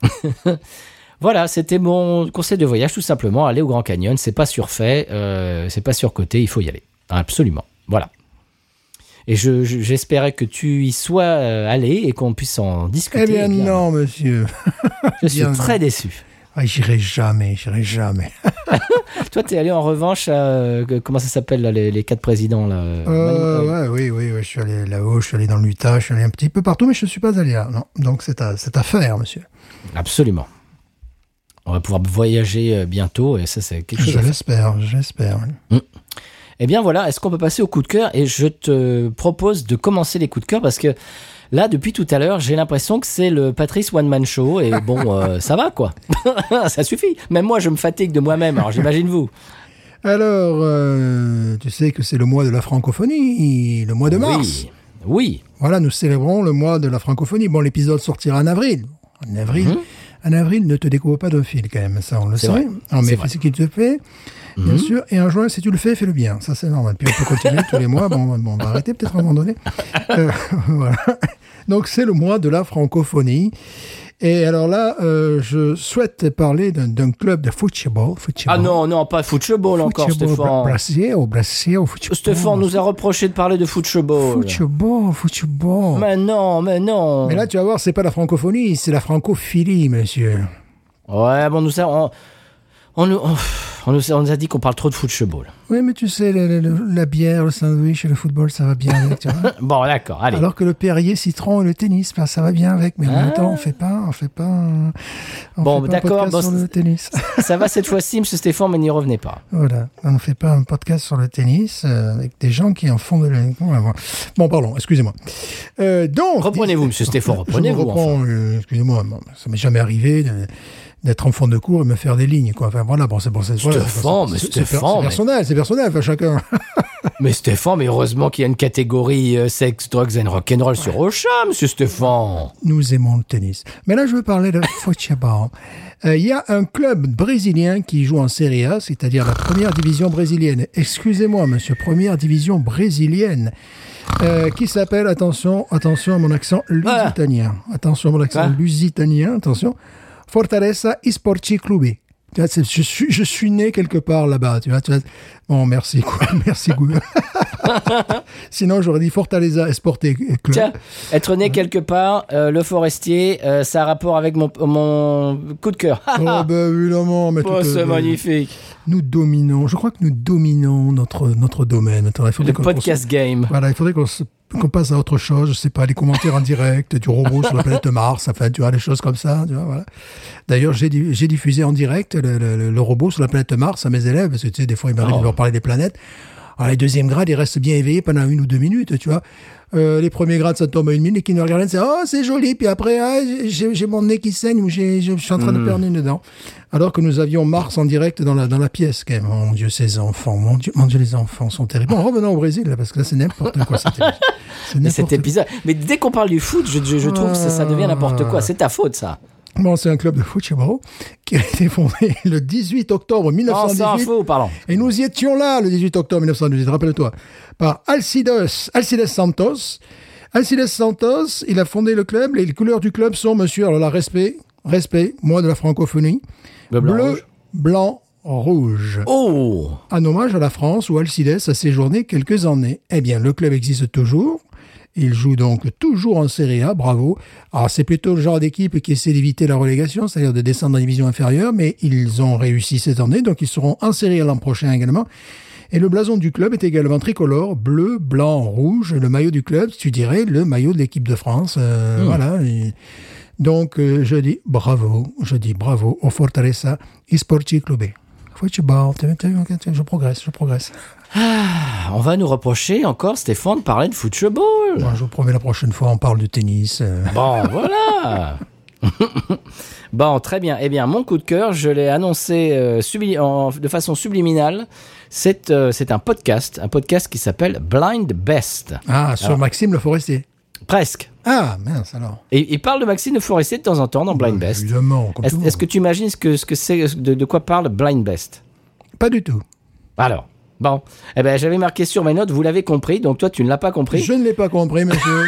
S1: Voilà, c'était mon conseil de voyage, tout simplement. Aller au Grand Canyon, c'est pas surfait, euh, c'est pas surcoté, il faut y aller. Absolument. Voilà. Et je, je, j'espérais que tu y sois allé et qu'on puisse en discuter.
S2: Eh bien, bien. Non, monsieur.
S1: Je suis bien très non. déçu.
S2: Ah, j'irai jamais, j'irai jamais.
S1: Toi, t'es allé en revanche à, euh, comment ça s'appelle, là, les, les quatre présidents là
S2: euh, ouais, oui, oui, oui, je suis allé là-haut, je suis allé dans l'Utah, je suis allé un petit peu partout, mais je ne suis pas allé là. Non. Donc, c'est à, c'est à faire, monsieur.
S1: Absolument. On va pouvoir voyager bientôt et ça, c'est quelque chose.
S2: Je l'espère, je l'espère.
S1: Mmh. Eh bien voilà, est-ce qu'on peut passer au coup de cœur? Et je te propose de commencer les coups de cœur parce que là, depuis tout à l'heure, j'ai l'impression que c'est le Patrice One Man Show et bon, euh, ça va quoi. Ça suffit. Même moi, je me fatigue de moi-même, alors j'imagine vous.
S2: Alors, euh, tu sais que c'est le mois de la francophonie, le mois de mars.
S1: Oui, oui.
S2: Voilà, nous célébrons le mois de la francophonie. Bon, l'épisode sortira en avril. En avril. Mmh. En avril, ne te découvre pas d'un fil, quand même, ça, on le
S1: c'est
S2: sait.
S1: Vrai.
S2: Alors, mais
S1: c'est
S2: fais ce qu'il te fait, mm-hmm. bien sûr. Et en juin, si tu le fais, fais-le bien. Ça, c'est normal. Puis on peut continuer tous les mois. Bon, bon, on va arrêter peut-être à un moment donné. Euh, voilà. Donc, c'est le mois de la francophonie. Et alors là, euh, je souhaite parler d'un, d'un club de football, football.
S1: Ah non, non, pas football encore, Stéphane.
S2: Brasil, Brasil, football.
S1: Stéphane nous a reproché de parler de football.
S2: Football, football.
S1: Mais non, mais non.
S2: Mais là, tu vas voir, c'est pas la francophonie, c'est la francophilie, monsieur.
S1: Ouais, bon, nous ça, on, on, on, on nous, on nous a dit qu'on parle trop de football.
S2: Oui, mais tu sais, le, le, la bière, le sandwich et le football, ça va bien avec, tu vois.
S1: Bon, d'accord, allez.
S2: Alors que le Perrier, citron et le tennis, ben, ça va bien avec. Mais en
S1: Ah.
S2: même temps, on fait pas, on fait pas, un- on
S1: Bon,
S2: fait pas
S1: d'accord,
S2: un podcast
S1: bon,
S2: sur le tennis.
S1: Ça va cette fois-ci, M. Stéphane, mais n'y revenez pas.
S2: Voilà, on ne fait pas un podcast sur le tennis euh, avec des gens qui en font de la... Bon, bon, pardon, excusez-moi. Euh, donc,
S1: Reprenez-vous, M. Stéphane, reprenez-vous.
S2: Je me reprends, euh, excusez-moi, bon, ça m'est jamais arrivé de- d'être en fond de cours et me faire des lignes, quoi. Enfin, voilà, bon, c'est bon, c'est voilà,
S1: Stéphane,
S2: c'est-
S1: mais
S2: c'est-
S1: Stéphane,
S2: c'est per- c'est
S1: mais-
S2: personnel, c'est personnel, enfin, chacun.
S1: Mais Stéphane, mais heureusement qu'il y a une catégorie euh, sex, drugs and rock'n'roll sur Ocha, M. Stéphane.
S2: Nous aimons le tennis. Mais là, je veux parler de football. Euh, Il y a un club brésilien qui joue en Serie A, c'est-à-dire la première division brésilienne. Excusez-moi, monsieur, première division brésilienne. Euh, qui s'appelle, attention, attention à mon accent lusitanien. Attention à mon accent
S1: Ah.
S2: lusitanien, attention. Fortaleza Esporte Clube. Tu vois, c'est- je suis, je suis né quelque part là-bas, tu vois, tu vois. Bon, merci, quoi. Merci, Google. Sinon, j'aurais dit Fortaleza Esporte Club.
S1: Tiens, être né quelque part, euh, le forestier, euh, ça a rapport avec mon, mon coup de cœur.
S2: Oh, ben, évidemment. Mais
S1: Oh,
S2: tout,
S1: c'est
S2: euh,
S1: magnifique.
S2: Nous dominons, je crois que nous dominons notre, notre domaine. Attends, il faudrait
S1: Le
S2: qu'on-
S1: podcast game.
S2: Voilà, il faudrait qu'on, se- qu'on passe à autre chose, je sais pas, les commentaires en direct du robot sur la planète Mars, enfin, tu vois, des choses comme ça, tu vois, voilà. D'ailleurs, j'ai, di- j'ai diffusé en direct le, le- le robot sur la planète Mars à mes élèves, parce que tu sais, des fois, ils m'arrivent
S1: Oh.
S2: de leur parler des planètes. Alors, les deuxièmes grades, ils restent bien éveillés pendant une ou deux minutes, tu vois. Euh, les premiers grades, ça tombe à une minute, et qui nous regardent, c'est, oh, c'est joli, puis après, ah, j'ai, j'ai mon nez qui saigne, ou j'ai, je suis en train de perdre une dent. Alors que nous avions Mars en direct dans la, dans la pièce, quand même. Mon Dieu, ces enfants, mon Dieu, mon Dieu, les enfants sont terribles. Bon, revenons au Brésil, là, parce que là, c'est n'importe quoi, c'était, c'est
S1: Mais
S2: n'importe
S1: cet épisode. Mais dès qu'on parle du foot, je, je, je trouve que ça, ça devient n'importe quoi. C'est ta faute, ça.
S2: Bon, c'est un club de football qui a été fondé le dix-huit octobre mille neuf
S1: Non,
S2: cent
S1: c'est un
S2: dix-huit.
S1: faux, pardon.
S2: Et nous y étions là, le dix-huit octobre mille neuf cent dix-huit, rappelle-toi, par Alcides, Alcides Santos. Alcides Santos, il a fondé le club. Les couleurs du club sont, monsieur, alors là, respect, respect, moi de la francophonie,
S1: Le blanc,
S2: bleu,
S1: rouge.
S2: blanc, rouge.
S1: Oh!
S2: En hommage à la France où Alcides a séjourné quelques années. Eh bien, le club existe toujours. Il joue donc toujours en Serie A, bravo. Alors, c'est plutôt le genre d'équipe qui essaie d'éviter la relégation, c'est-à-dire de descendre en division inférieure, mais ils ont réussi cette année, donc ils seront en Serie A l'an prochain également. Et le blason du club est également tricolore, bleu, blanc, rouge. Le maillot du club, tu dirais le maillot de l'équipe de France. Euh,
S1: Mmh.
S2: Voilà. Et donc, euh, je dis bravo, je dis bravo au Fortaleza Esporte Clube. Football, t'as vu, t'as vu, je progresse, je progresse.
S1: Ah, on va nous reprocher encore, Stéphane, de parler de football.
S2: Bon, je vous promets, la prochaine fois, on parle de tennis. euh.
S1: Bon, voilà. Bon, très bien. Eh bien, mon coup de cœur, je l'ai annoncé euh, subli- en- de façon subliminale. C'est euh, c'est un podcast, un podcast qui s'appelle Blind Best.
S2: Ah, sur
S1: Alors.
S2: Maxime Le Forestier.
S1: Presque.
S2: Ah, mince alors.
S1: Et il parle de Maxime Le Forestier de temps en temps dans Blind
S2: Bah,
S1: Best.
S2: Évidemment. Comme
S1: Est-ce
S2: tout le
S1: est-ce que
S2: monde.
S1: tu imagines ce que ce que c'est, de, de quoi parle Blind Best?
S2: Pas du tout.
S1: Alors, bon, eh ben j'avais marqué sur mes notes, vous l'avez compris, donc toi tu ne l'as pas compris.
S2: Je ne l'ai pas compris, monsieur.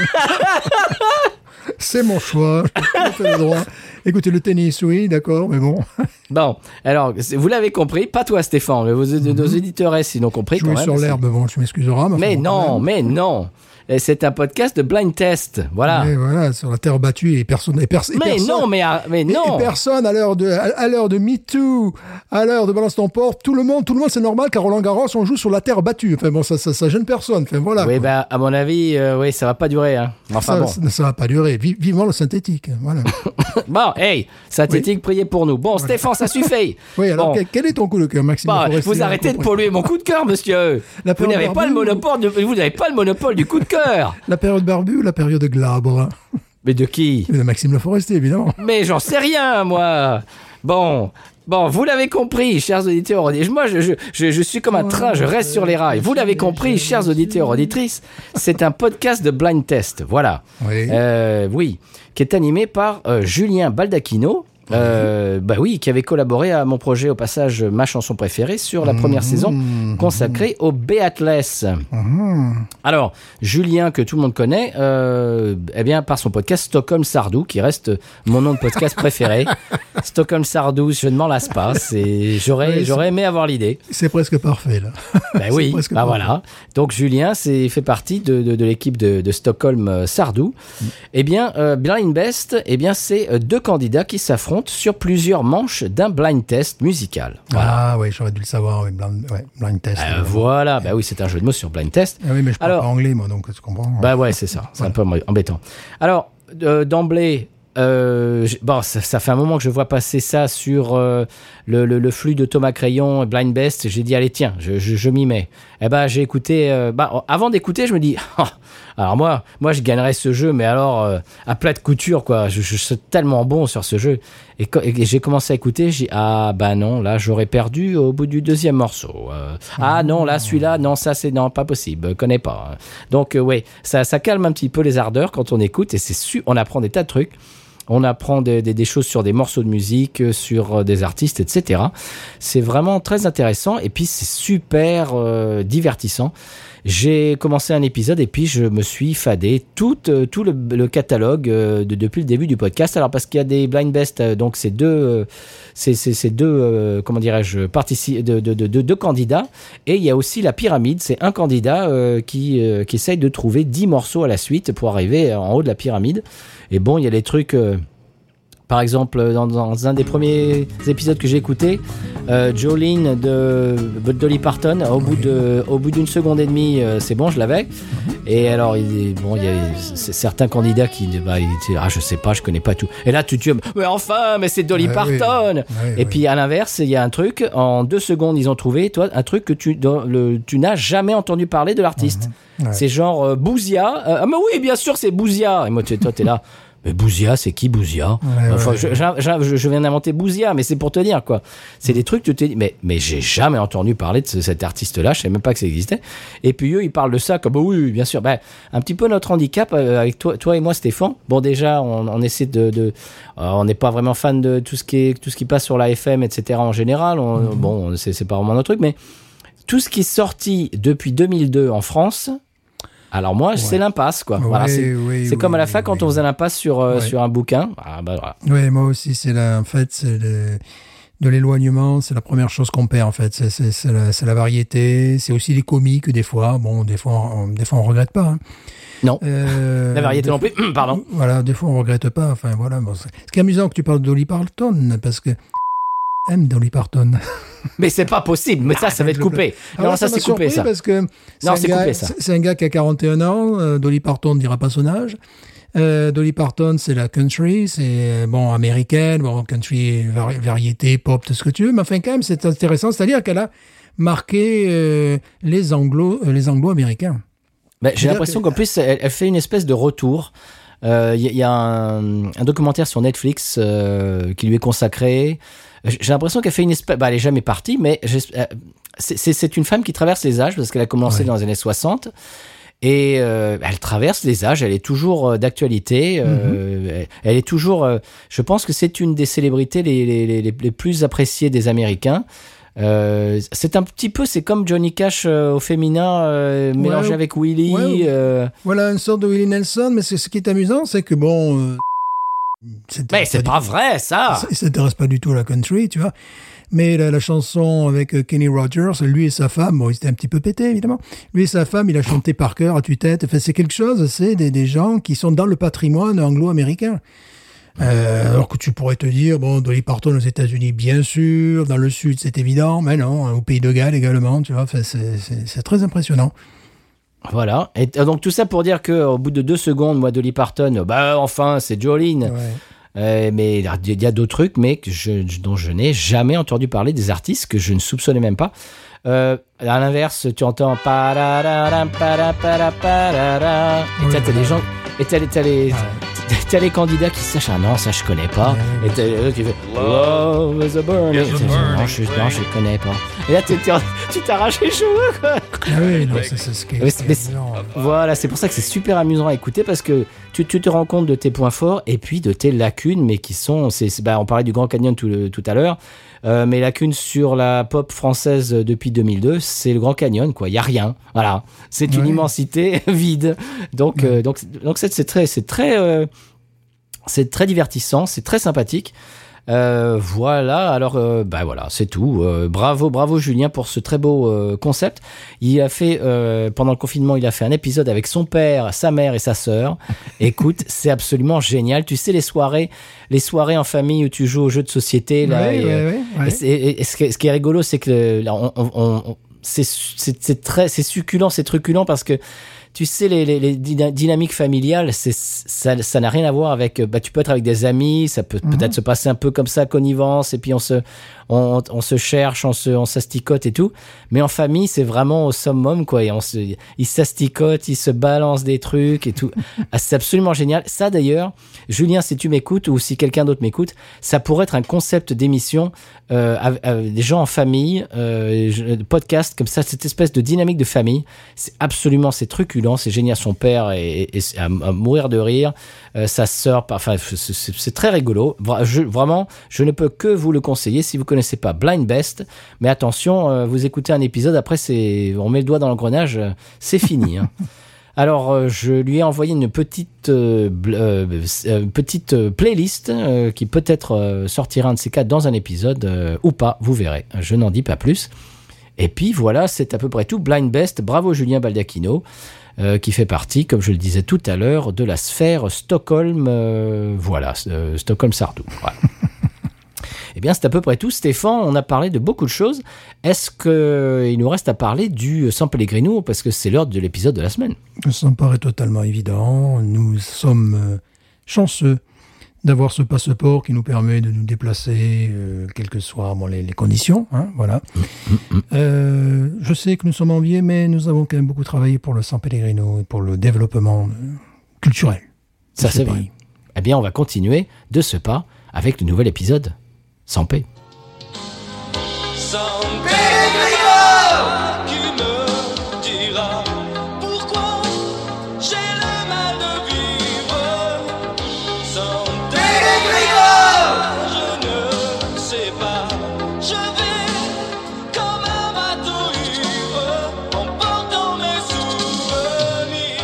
S2: C'est mon choix. Je peux tout à fait le droit. Écoutez, le tennis, oui, d'accord, mais bon.
S1: Bon, alors c'est- vous l'avez compris, pas toi Stéphane, mais vos, nos éditeurs ils l'ont compris quand
S2: Jouer
S1: même.
S2: sur l'herbe, bon, tu m'excuseras.
S1: Mais
S2: enfin, bon, quand
S1: non,
S2: même.
S1: mais non. Et c'est un podcast de blind test, voilà.
S2: Mais voilà, sur la terre battue et personne. Et pers- et
S1: Mais
S2: personne-
S1: non, mais, ah, mais
S2: et-
S1: non.
S2: Et personne à l'heure de à, à l'heure de MeToo, à l'heure de Balance ton porte, tout le monde, tout le monde, c'est normal qu'à Roland Garros on joue sur la terre battue. Enfin bon, ça, ça, ça gêne personne. Enfin voilà.
S1: Oui,
S2: quoi.
S1: bah, à mon avis, euh, oui, ça va pas durer. Hein. Enfin
S2: ça,
S1: bon.
S2: ça, ça va pas durer. Vi- vivement le synthétique. Voilà.
S1: Bon, hey, synthétique, priez pour nous. Bon, Stéphane, ça suffit.
S2: Oui, alors
S1: Bon.
S2: quel, quel est ton coup de cœur, Maxime
S1: Bah,
S2: Le Forestier,
S1: vous arrêtez de
S2: compris.
S1: polluer mon coup de cœur, monsieur.
S2: La
S1: Vous
S2: période
S1: n'avez pas le
S2: barbue,
S1: monopole, de, vous n'avez pas le monopole du coup de cœur.
S2: La période barbue ou la période glabre?
S1: Mais de qui?
S2: De Maxime Le Forestier, évidemment.
S1: Mais j'en sais rien, moi. Bon, bon, vous l'avez compris, chers auditeurs. audi- Moi, je, je, je, je suis comme un train, je reste sur les rails. Vous l'avez compris, chers auditeurs auditrices. C'est un podcast de blind test, voilà.
S2: Oui.
S1: Euh, oui, qui est animé par euh, Julien Baldacchino. Euh, bah oui, qui avait collaboré à mon projet au passage Ma chanson préférée sur la première saison consacrée au Béathlès. Alors, Julien, que tout le monde connaît, euh, eh bien, par son podcast Stockholm Sardou, qui reste mon nom de podcast préféré. Stockholm Sardou, je ne m'en lasse pas. C'est, j'aurais,
S2: Oui,
S1: j'aurais aimé avoir l'idée.
S2: C'est presque parfait, là.
S1: Ben
S2: C'est
S1: oui,
S2: presque
S1: bah
S2: parfait.
S1: voilà. Donc Julien, c'est fait partie de, de, de l'équipe de, de Stockholm euh, Sardou. Eh bien, euh, Blind Best, eh bien, c'est euh, deux candidats qui s'affrontent compte sur plusieurs manches d'un blind test musical.
S2: Voilà. Ah oui, j'aurais dû le savoir, oui, blind, ouais, blind test.
S1: Euh, euh, voilà, bah oui, c'est un jeu de mots sur blind test.
S2: Ah oui, mais je parle Alors, pas anglais, moi, donc tu comprends.
S1: Bah ouais, c'est ça, c'est voilà. un peu embêtant. Alors, euh, d'emblée, Euh, bon, ça, ça fait un moment que je vois passer ça sur euh, le, le, le flux de Thomas Crayon, Blind Best. J'ai dit allez tiens, je, je, je m'y mets. Eh ben j'ai écouté. Euh, bah, avant d'écouter, je me dis oh, alors moi, moi je gagnerais ce jeu, mais alors euh, à plat de couture quoi. Je, je suis tellement bon sur ce jeu. Et, et j'ai commencé à écouter, j'ai dit ah bah non, là j'aurais perdu au bout du deuxième morceau. Euh, ah non, là celui-là, non ça c'est non pas possible, je connais pas. Donc euh, ouais, ça, ça calme un petit peu les ardeurs quand on écoute et c'est su, on apprend des tas de trucs. On apprend des, des, des choses sur des morceaux de musique, sur des artistes, et cetera. C'est vraiment très intéressant et puis c'est super euh, divertissant. J'ai commencé un épisode et puis je me suis fadé tout, euh, tout le, le catalogue euh, de, depuis le début du podcast. Alors parce qu'il y a des blind best, euh, donc c'est deux, euh, c'est, c'est, c'est deux, euh, comment dirais-je, partici- de, de, de, de, deux candidats. Et il y a aussi la pyramide, c'est un candidat euh, qui, euh, qui essaye de trouver dix morceaux à la suite pour arriver en haut de la pyramide. Et bon, il y a des trucs... Euh, Par exemple, dans, dans un des premiers épisodes que j'ai écouté, euh, Jolene de, de Dolly Parton, au bout de, au bout d'une seconde et demie, euh, c'est bon, je l'avais. Et alors, il, bon, il y a certains candidats qui, bah, ils disent, ah, je sais pas, je connais pas tout. Et là, tu te dis, mais enfin, mais c'est Dolly ouais, Parton. Oui. Ouais, et ouais. Puis à l'inverse, il y a un truc, en deux secondes, ils ont trouvé, toi, un truc que tu, dans le, tu n'as jamais entendu parler de l'artiste. Mm-hmm. Ouais. C'est genre euh, Bouzia. Euh, ah, mais oui, bien sûr, c'est Bouzia. Et moi, tu, toi, t'es là. Mais Bouzia, c'est qui Bouzia? Ouais, enfin, ouais, je, je, je viens d'inventer Bouzia, mais c'est pour te dire, quoi. C'est des trucs, tu te dis, mais, mais j'ai jamais entendu parler de ce, cet artiste-là, je savais même pas que ça existait. Et puis eux, ils parlent de ça comme, oh oui, bien sûr. Ben, un petit peu notre handicap euh, avec toi, toi et moi, Stéphane. Bon, déjà, on, on essaie de, de euh, on n'est pas vraiment fan de tout ce qui est, tout ce qui passe sur la F M, et cetera en général. On, mm-hmm. Bon, c'est, c'est pas vraiment notre truc, mais tout ce qui est sorti depuis deux mille deux en France, alors moi, ouais. c'est l'impasse, quoi. Oui, voilà, c'est
S2: oui,
S1: c'est
S2: oui,
S1: comme à la
S2: oui,
S1: fin quand
S2: oui.
S1: on faisait l'impasse sur, euh,
S2: ouais.
S1: sur un bouquin. Ah, bah, voilà.
S2: Oui, moi aussi, c'est la, en fait, c'est le, de l'éloignement, c'est la première chose qu'on perd, en fait. C'est, c'est, c'est, la, c'est la variété, c'est aussi les comiques, des fois. Bon, des fois, on, des fois, on regrette pas. Hein.
S1: Non. Euh, la variété non plus. Pardon.
S2: Voilà, des fois, on regrette pas. Enfin, voilà. Bon, c'est... Ce qui est amusant que tu parles de Dolly Parton, parce que aime Dolly Parton.
S1: Mais c'est pas possible, mais ça, ça va être coupé.
S2: Alors,
S1: non, ça,
S2: ça
S1: c'est coupé, ça.
S2: Parce que c'est
S1: non,
S2: c'est
S1: gars,
S2: coupé,
S1: ça.
S2: C'est un gars qui a quarante et un ans. Euh, Dolly Parton ne dira pas son âge. Euh, Dolly Parton, c'est la country, c'est bon américaine, bon country, vari- variété, pop, tout ce que tu veux. Mais enfin, quand même, c'est intéressant. C'est-à-dire qu'elle a marqué euh, les anglo, euh, les anglo-américains.
S1: Ben, j'ai l'impression que... qu'en plus, elle, elle fait une espèce de retour. Il euh, y, y a un, un documentaire sur Netflix euh, qui lui est consacré. J'ai l'impression qu'elle fait une espèce... Bah, elle est jamais partie, mais c'est, c'est, c'est une femme qui traverse les âges, parce qu'elle a commencé ouais. dans les années soixante. Et euh, elle traverse les âges, elle est toujours d'actualité. Euh, mm-hmm. Elle est toujours... Euh, je pense que c'est une des célébrités les, les, les, les plus appréciées des Américains. Euh, c'est un petit peu, c'est comme Johnny Cash euh, au féminin euh, mélangé ouais, avec Willie.
S2: Ouais,
S1: euh...
S2: Voilà, une sorte de Willie Nelson, mais c'est, ce qui est amusant, c'est que bon... Euh,
S1: mais c'est pas, pas vrai, ça.
S2: Il s'intéresse pas du tout à la country, tu vois. Mais la, la chanson avec euh, Kenny Rogers, lui et sa femme, bon, il était un petit peu pété, évidemment. Lui et sa femme, il a chanté par cœur, à tue-tête. Enfin, c'est quelque chose, c'est des, des gens qui sont dans le patrimoine anglo-américain. Euh, alors que tu pourrais te dire, bon, Dolly Parton aux États-Unis, bien sûr, dans le Sud, c'est évident, mais non, au Pays de Galles également, tu vois. Enfin, c'est, c'est, c'est très impressionnant.
S1: Voilà. Et donc, tout ça pour dire qu'au bout de deux secondes, moi, Dolly Parton, bah, enfin, c'est Jolene. Ouais. Euh, mais il y a d'autres trucs, mais que je, dont je n'ai jamais entendu parler, des artistes que je ne soupçonnais même pas. Euh, à l'inverse, tu entends pararara, pararara, pararara, et t'as, t'as des gens, et t'as, t'as les, ouais. t'as les candidats qui sachent, ah non, ça je connais pas, ouais, et t'as eux qui font Love is a burning, yes, non, je, non, je connais pas. Et là, tu, tu t'arraches les cheveux, quoi.
S2: Ah oui, non, c'est, c'est ce qui est, mais, c'est, mais, c'est
S1: voilà, c'est pour ça que c'est super amusant à écouter, parce que tu, tu te rends compte de tes points forts et puis de tes lacunes, mais qui sont, c'est, c'est bah, on parlait du Grand Canyon tout, le, tout à l'heure. Euh, mes lacunes sur la pop française depuis deux mille deux, c'est le Grand Canyon, quoi. Il y a rien, voilà. C'est ouais. une immensité vide. Donc, ouais. euh, donc, donc c'est, c'est très, c'est très, euh, c'est très divertissant, c'est très sympathique. Euh, voilà, alors euh, bah voilà, c'est tout. Euh, bravo, bravo Julien pour ce très beau euh, concept. Il a fait euh, pendant le confinement, il a fait un épisode avec son père, sa mère et sa sœur. Écoute, c'est absolument génial. Tu sais les soirées, les soirées en famille où tu joues aux jeux de société là.
S2: Oui,
S1: et,
S2: oui,
S1: euh,
S2: oui, oui.
S1: et, c'est- et- et ce, qui est, ce qui est rigolo, c'est que là, on, on, on- c'est, c'est, c'est très, c'est succulent, c'est truculent parce que tu sais, les, les, les dyna- dynamiques familiales, c'est, ça, ça n'a rien à voir avec. Bah, tu peux être avec des amis, ça peut
S2: Mhm.
S1: peut-être se passer un peu comme ça, connivence, et puis on se, on, on se cherche, on se, on s'asticote et tout. Mais en famille, c'est vraiment au summum, quoi. Et on se, ils s'asticotent, ils se balancent des trucs et tout. Ah, c'est absolument génial. Ça, d'ailleurs, Julien, si tu m'écoutes ou si quelqu'un d'autre m'écoute, ça pourrait être un concept d'émission, euh, avec, avec des gens en famille, euh, je- podcast comme ça, cette espèce de dynamique de famille. C'est absolument, c'est truculent, c'est génial. Son père est, est- est à, à mourir de rire, euh, sa sœur, enfin, c'est, c'est- c'est très rigolo. Vra- je- vraiment, je ne peux que vous le conseiller si vous connaissez pas Blind Best. Mais attention, euh, vous écoutez un épisode, après c'est, on met le doigt dans l'engrenage, euh, c'est fini. Hein. Alors, euh, je lui ai envoyé une petite, euh, bl- euh, euh, petite euh, playlist euh, qui peut-être euh, sortira un de ces quatre dans un épisode euh, ou pas, vous verrez. Je n'en dis pas plus. Et puis voilà, c'est à peu près tout. Blind Best, bravo Julien Baldacchino, euh, qui fait partie, comme je le disais tout à l'heure, de la sphère Stockholm, euh, voilà, euh, Stockholm-Sardou. Voilà. Eh bien, c'est à peu près tout. Stéphane, on a parlé de beaucoup de choses. Est-ce qu'il nous reste à parler du San Pellegrino, parce que c'est l'heure de l'épisode de la semaine?
S2: Ça me paraît totalement évident. Nous sommes euh, chanceux d'avoir ce passeport qui nous permet de nous déplacer, euh, quelles que soient bon, les, les conditions. Hein, voilà. Euh, je sais que nous sommes enviés, mais nous avons quand même beaucoup travaillé pour le San Pellegrino et pour le développement euh, culturel. de
S1: Ça,
S2: ce
S1: c'est
S2: pays.
S1: vrai. Eh bien, on va continuer de ce pas avec le nouvel épisode San P.
S4: San Pellegrino, qui me dira pourquoi j'ai le mal de vivre. San Pellegrino, je ne sais pas, je vais comme un bateau ivre en portant mes souvenirs.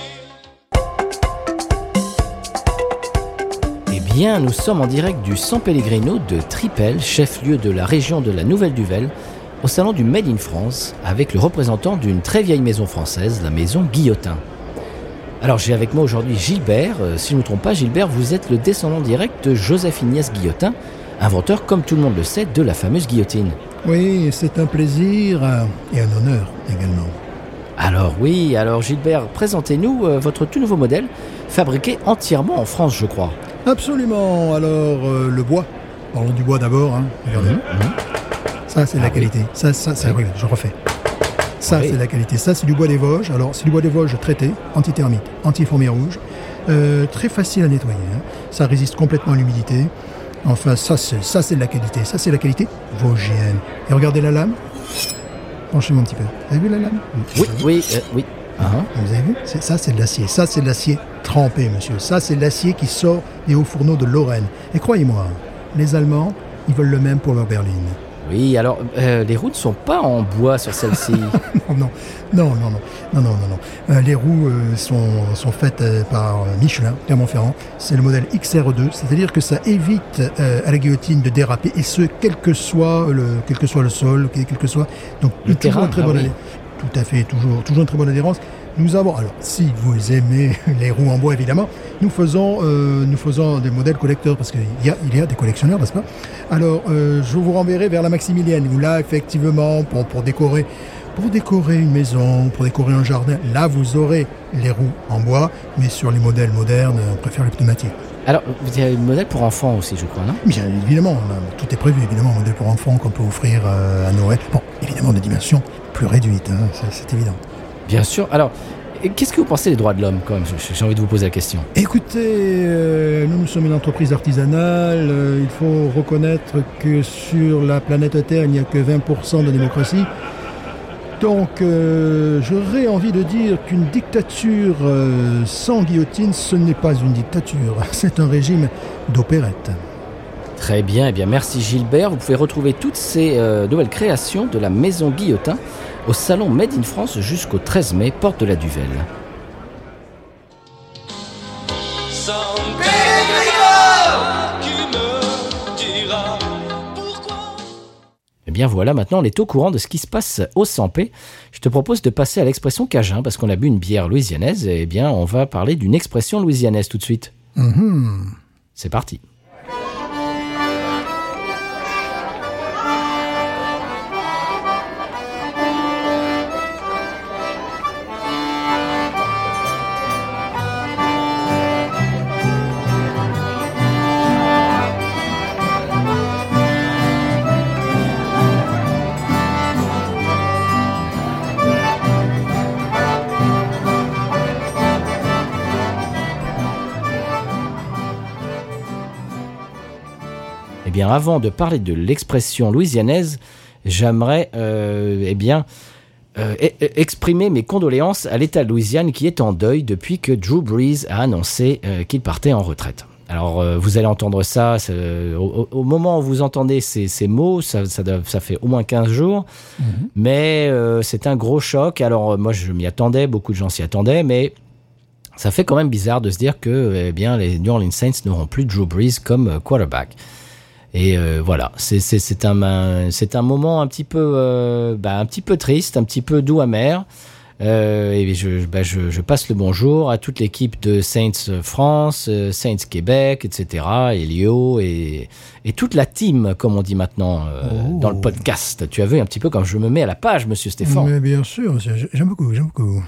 S1: Eh bien, nous sommes en direct du San Pellegrino de Tripel, chef-lieu de la région de la Nouvelle-Duvel, au salon du Made in France, avec le représentant d'une très vieille maison française, la maison Guillotin. Alors, j'ai avec moi aujourd'hui Gilbert. Euh, si je ne me trompe pas, Gilbert, vous êtes le descendant direct de Joseph Ignace Guillotin, inventeur, comme tout le monde le sait, de la fameuse guillotine.
S2: Oui, c'est un plaisir euh, et un honneur également.
S1: Alors oui, alors Gilbert, présentez-nous euh, votre tout nouveau modèle, fabriqué entièrement en France, je crois.
S2: Absolument. Alors, euh, le bois. Parlons du bois d'abord. Hein. Regardez. Ça, c'est de la
S1: Ah oui.
S2: qualité. Ça, ça, ça,
S1: Oui.
S2: oui, je refais. Ça,
S1: Oui.
S2: c'est de la qualité. Ça, c'est du bois des Vosges. Alors, c'est du bois des Vosges traité, anti-thermite, anti-fourmis rouge. Euh, très facile à nettoyer. Hein. Ça résiste complètement à l'humidité. Enfin, ça, c'est, ça, c'est de la qualité. Ça, c'est de la qualité vosgienne. Et regardez la lame. Penchez-moi un petit peu. Vous avez vu la lame?
S1: Oui, oui, euh, oui. Ah, hein.
S2: Vous avez vu? C'est, ça, c'est de l'acier. Ça, c'est de l'acier trempé, monsieur. Ça, c'est de l'acier qui sort des hauts fourneaux de Lorraine. Et croyez-moi, les Allemands, ils veulent le même pour leur berline.
S1: Oui, alors euh, les roues ne sont pas en bois sur celle-ci.
S2: Oh non, non, non, non, non, non, non, non. Euh, les roues euh, sont, sont faites euh, par euh, Michelin, Clermont-Ferrand. C'est le modèle X R deux, c'est-à-dire que ça évite euh, à la guillotine de déraper, et ce, quel que soit le, quel que soit le sol, quel que soit. Donc,
S1: Le
S2: toujours
S1: terrain,
S2: une très
S1: ah
S2: bonne
S1: oui.
S2: adhé- Tout à fait, toujours, toujours une très bonne adhérence. Nous avons, alors, si vous aimez les roues en bois, évidemment, nous faisons, euh, nous faisons des modèles collecteurs, parce qu'il y a, il y a des collectionneurs, n'est-ce pas? Alors, euh, je vous renverrai vers la Maximilienne, où là, effectivement, pour, pour décorer, pour décorer une maison, pour décorer un jardin, là, vous aurez les roues en bois, mais sur les modèles modernes, on préfère les pneumatiques.
S1: Alors, vous avez un modèle pour enfants aussi, je crois, non?
S2: Bien évidemment, on a- tout est prévu, évidemment, un modèle pour enfants qu'on peut offrir euh, à Noël. Bon, évidemment, de dimensions plus réduites, hein, c'est, c'est évident.
S1: Bien sûr. Alors, qu'est-ce que vous pensez des droits de l'homme, quand même? J'ai j'ai envie de vous poser la question.
S2: Écoutez, euh, nous, nous sommes une entreprise artisanale. euh, il faut reconnaître que sur la planète Terre, il n'y a que vingt pour cent de démocratie. Donc, euh, j'aurais envie de dire qu'une dictature euh, sans guillotine, ce n'est pas une dictature. C'est un régime d'opérette.
S1: Très bien, eh bien merci Gilbert. Vous pouvez retrouver toutes ces euh, nouvelles créations de la maison Guillotin au salon Made in France jusqu'au treize mai, porte de la Duvelle.
S4: San Pellegrino, qui me
S1: bien voilà, maintenant on est au courant de ce qui se passe au Sampé. Je te propose de passer à l'expression cajun, parce qu'on a bu une bière louisianaise, et eh bien on va parler d'une expression louisianaise tout de suite.
S2: Mm-hmm.
S1: C'est parti. Eh bien, avant de parler de l'expression louisianaise, j'aimerais euh, eh bien, euh, e- exprimer mes condoléances à l'État de Louisiane qui est en deuil depuis que Drew Brees a annoncé euh, qu'il partait en retraite. Alors, euh, vous allez entendre ça, euh, au, au moment où vous entendez ces, ces mots, ça, ça, ça fait au moins quinze jours, mm-hmm. mais euh, c'est un gros choc. Alors, euh, moi, je m'y attendais, beaucoup de gens s'y attendaient, mais ça fait quand même bizarre de se dire que eh bien, les New Orleans Saints n'auront plus Drew Brees comme quarterback. Et euh, voilà, c'est, c'est, c'est, un, un, c'est un moment un petit peu, euh, bah, un petit peu triste, un petit peu doux amer. Euh, et je, bah, je, je passe le bonjour à toute l'équipe de Saints France, euh, Saints Québec, et cetera. Elio et, et toute la team, comme on dit maintenant euh, oh. dans le podcast. Tu as vu un petit peu comme je me mets à la page, monsieur Stéphane.
S2: Mais bien sûr, j'aime beaucoup, j'aime beaucoup.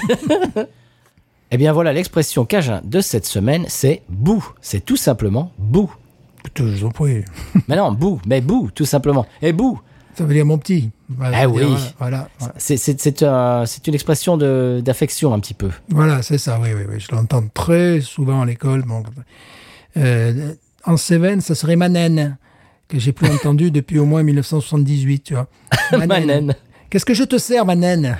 S1: Eh bien voilà, l'expression cajun de cette semaine, c'est « bouh ». C'est tout simplement « bouh ».
S2: Je vous en prie.
S1: Mais non, bouh, mais bouh, tout simplement. Et bouh.
S2: Ça veut dire mon petit.
S1: Voilà, ah oui.
S2: Dire, voilà, voilà, voilà.
S1: C'est, c'est, c'est, un, c'est une expression de, d'affection un petit peu.
S2: Voilà, c'est ça, oui, oui, oui. Je l'entends très souvent à l'école. Bon, euh, en Cévennes, ça serait Manène, que j'ai plus entendu depuis au moins dix-neuf cent soixante-dix-huit, tu vois. Manène.
S1: Manène.
S2: Qu'est-ce que je te sers, Manène?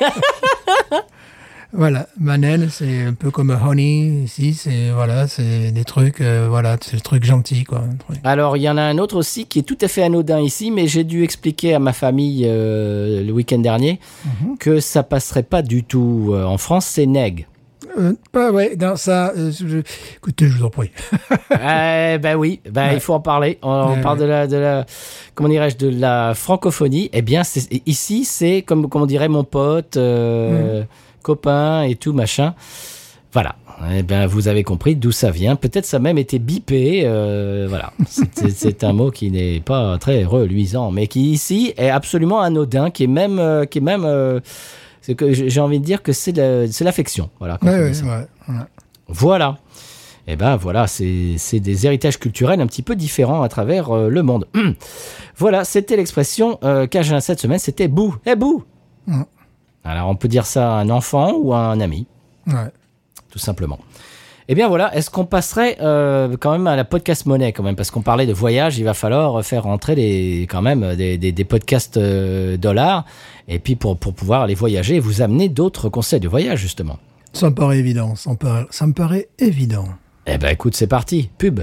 S2: Voilà, Manène, c'est un peu comme Honey, ici, c'est, voilà, c'est des trucs, euh, voilà, c'est le truc gentil, quoi. Truc.
S1: Alors, il y en a un autre aussi qui est tout à fait anodin ici, mais j'ai dû expliquer à ma famille euh, le week-end dernier mm-hmm. que ça passerait pas du tout euh, en France, c'est nègre.
S2: Euh, bah ouais, non, ça, euh, je... écoutez, je vous en prie.
S1: euh, ben oui, ben ouais. Il faut en parler. On, on ouais, parle ouais. de la, de la, comment dirais-je, de la francophonie. Eh bien, c'est, ici, c'est comme, comme on dirait mon pote, euh, mm. copain et tout machin. Voilà. Eh bien, vous avez compris d'où ça vient. Peut-être ça a même été bipé. Euh, voilà. C'est, c'est un mot qui n'est pas très reluisant, mais qui ici est absolument anodin, qui est même, euh, qui est même. Euh, c'est que j'ai envie de dire que c'est, de, c'est l'affection. Voilà.
S2: Ouais, ouais, ouais, ouais.
S1: Voilà. Et eh ben voilà, c'est, c'est des héritages culturels un petit peu différents à travers euh, le monde. Voilà, c'était l'expression euh, cajun cette semaine. C'était bouh. Eh bouh. Mm. Alors on peut dire ça à un enfant ou à un ami.
S2: Ouais.
S1: Tout simplement. Eh bien voilà, est-ce qu'on passerait euh, quand même à la podcast monnaie quand même, parce qu'on parlait de voyage, il va falloir faire rentrer les, quand même des, des, des podcasts euh, dollars, et puis pour, pour pouvoir aller voyager et vous amener d'autres conseils de voyage justement.
S2: Ça me paraît évident, ça me paraît, ça me paraît évident.
S1: Eh ben écoute, c'est parti, pub.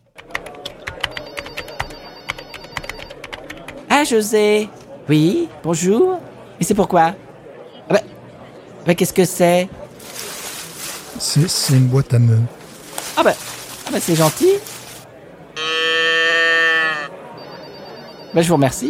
S1: Ah José, oui, bonjour, et c'est pourquoi? Ah ben, ben qu'est-ce que c'est?
S2: C'est, c'est une boîte à meux.
S1: Ah bah, ah bah c'est gentil. Bah je vous remercie.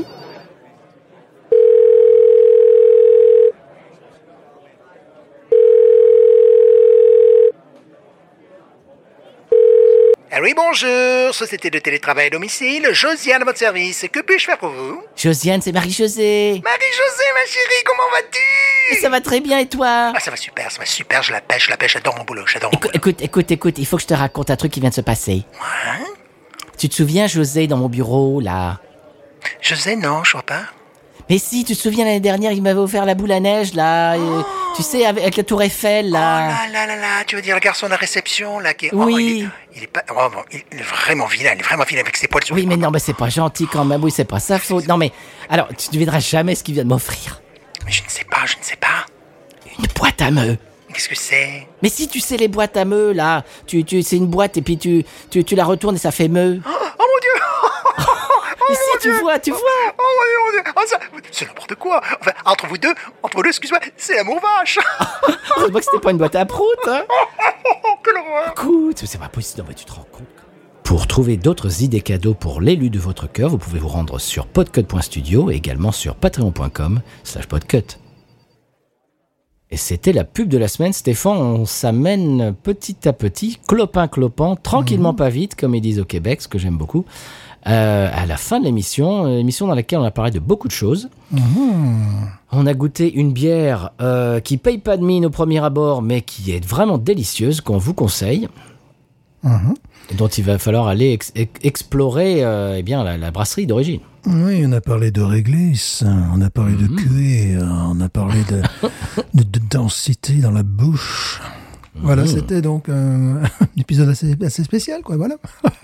S5: Ah oui, bonjour, société de télétravail à domicile, Josiane à votre service. Que puis-je faire pour vous?
S1: Josiane, c'est Marie-Josée.
S5: Marie-Josée, ma chérie, comment vas-tu?
S1: Ça va très bien, et toi?
S5: Ah, ça va super, ça va super, je la pêche, je la pêche, j'adore mon boulot, j'adore mon
S1: écoute,
S5: boulot.
S1: Écoute, écoute, écoute, il faut que je te raconte un truc qui vient de se passer.
S5: Ouais?
S1: Tu te souviens, José, dans mon bureau, là?
S5: José, non, je vois pas.
S1: Mais si, tu te souviens, l'année dernière, il m'avait offert la boule à neige, là, oh. et, tu sais, avec, avec la tour Eiffel, là.
S5: Oh là là là là, tu veux dire le garçon de la réception, là, qui est...
S1: Oui.
S5: Oh, il, est, il est pas... Oh, bon, il est vraiment vilain, il est vraiment vilain avec ses poils sur
S1: Oui,
S5: les
S1: mais
S5: bras.
S1: non, mais c'est pas gentil quand même, oui, c'est pas sa faute. Non, mais, alors, tu ne devineras jamais ce qu'il vient de m'offrir.
S5: Mais je ne sais pas, je ne sais pas.
S1: Une boîte à meux.
S5: Qu'est-ce que c'est?
S1: Mais si tu sais les boîtes à meux, là, tu, tu, c'est une boîte et puis tu, tu, tu la retournes et ça fait meux.
S5: Oh, oh mon Dieu.
S1: Oh, mais si, tu Dieu. vois, tu vois.
S5: Oh mon Dieu, mon Dieu. Oh, ça, c'est n'importe quoi. Enfin, entre vous deux, entre vous deux, excuse-moi, c'est l'amour vache.
S1: Heureusement que c'était pas une boîte à prout, hein.
S5: Oh, oh, oh, quelle horreur.
S1: Écoute, c'est pas possible, non, mais tu te rends compte. Pour trouver d'autres idées cadeaux pour l'élu de votre cœur, vous pouvez vous rendre sur podcut point studio et également sur patreon point com slash podcut. Et c'était la pub de la semaine. Stéphane, on s'amène petit à petit, clopin clopin, tranquillement mmh. pas vite, comme ils disent au Québec, ce que j'aime beaucoup, euh, à la fin de l'émission, l'émission dans laquelle on a parlé de beaucoup de choses. Mmh. On a goûté une bière euh, qui paye pas de mine au premier abord, mais qui est vraiment délicieuse, qu'on vous conseille. Mmh. Dont il va falloir aller ex- ex- explorer euh, eh bien, la, la brasserie d'origine.
S2: Oui, on a parlé de réglisse, on a parlé mmh. de cuir, on a parlé de, de, de densité dans la bouche. Mmh. Voilà, c'était donc un, un épisode assez, assez spécial, quoi, voilà.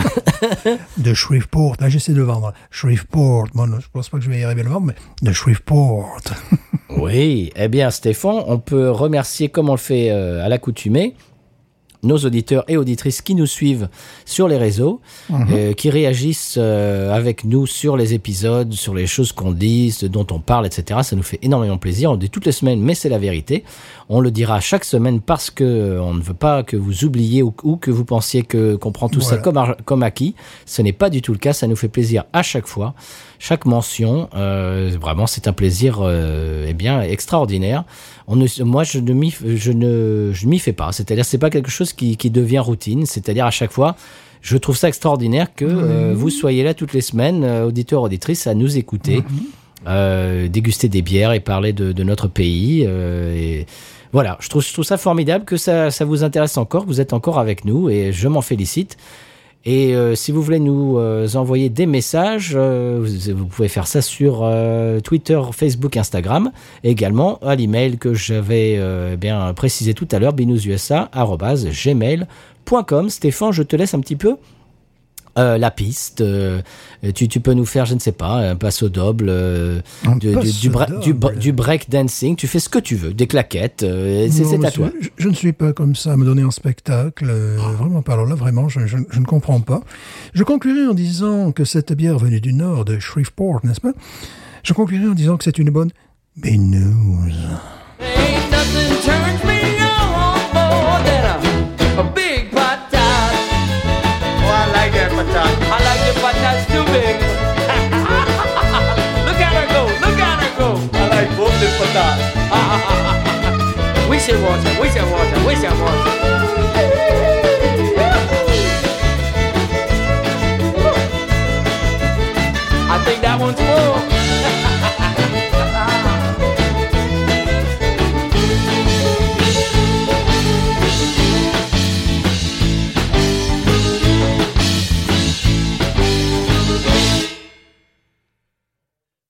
S2: De Shreveport, là j'essaie de le vendre. Shreveport, bon, je pense pas que je vais y arriver à le vendre, mais de Shreveport.
S1: Oui, eh bien Stéphane, on peut remercier, comme on le fait euh, à l'accoutumée, nos auditeurs et auditrices qui nous suivent sur les réseaux, mmh. euh, qui réagissent euh, avec nous sur les épisodes, sur les choses qu'on dit, ce dont on parle, et cetera. Ça nous fait énormément plaisir. On le dit toutes les semaines, mais c'est la vérité. On le dira chaque semaine parce que euh, on ne veut pas que vous oubliez ou, ou que vous pensiez que qu'on prend tout voilà. ça comme, ar- comme acquis. Ce n'est pas du tout le cas. Ça nous fait plaisir à chaque fois, chaque mention. Euh, vraiment, c'est un plaisir euh, eh bien extraordinaire. On ne, moi, je ne m'y, je ne, je ne m'y fais pas. C'est-à-dire, c'est pas quelque chose qui, qui devient routine. C'est-à-dire, à chaque fois, je trouve ça extraordinaire que mmh. euh, vous soyez là toutes les semaines, euh, auditeurs, auditrices, à nous écouter, mmh. euh, déguster des bières et parler de, de notre pays. Euh, et voilà, je trouve, je trouve ça formidable que ça, ça vous intéresse encore, que vous êtes encore avec nous, et je m'en félicite. Et euh, si vous voulez nous euh, envoyer des messages, euh, vous, vous pouvez faire ça sur euh, Twitter, Facebook, Instagram, et également à l'email que j'avais euh, bien précisé tout à l'heure, binoususa arobase gmail point com. Stéphane, je te laisse un petit peu euh, la piste. Euh, tu, tu peux nous faire, je ne sais pas, un passo double, euh, du, du, du, bra- du, du break dancing. Tu fais ce que tu veux, des claquettes. Euh, c'est,
S2: non,
S1: c'est à
S2: monsieur,
S1: toi.
S2: Je, je ne suis pas comme ça à me donner en spectacle. Euh, oh. Vraiment pas. Alors là, vraiment, je, je, je ne comprends pas. Je conclurai en disant que cette bière venue du nord de Shreveport, n'est-ce pas? Je conclurai en disant que c'est une bonne binouze.
S6: Ain't nothing turns me on more than a, a big patat. Oh, I like that patat. I like the patats too big. Look at her go, look at her go. I like both the patats. We should watch her, we should watch her, we should watch her.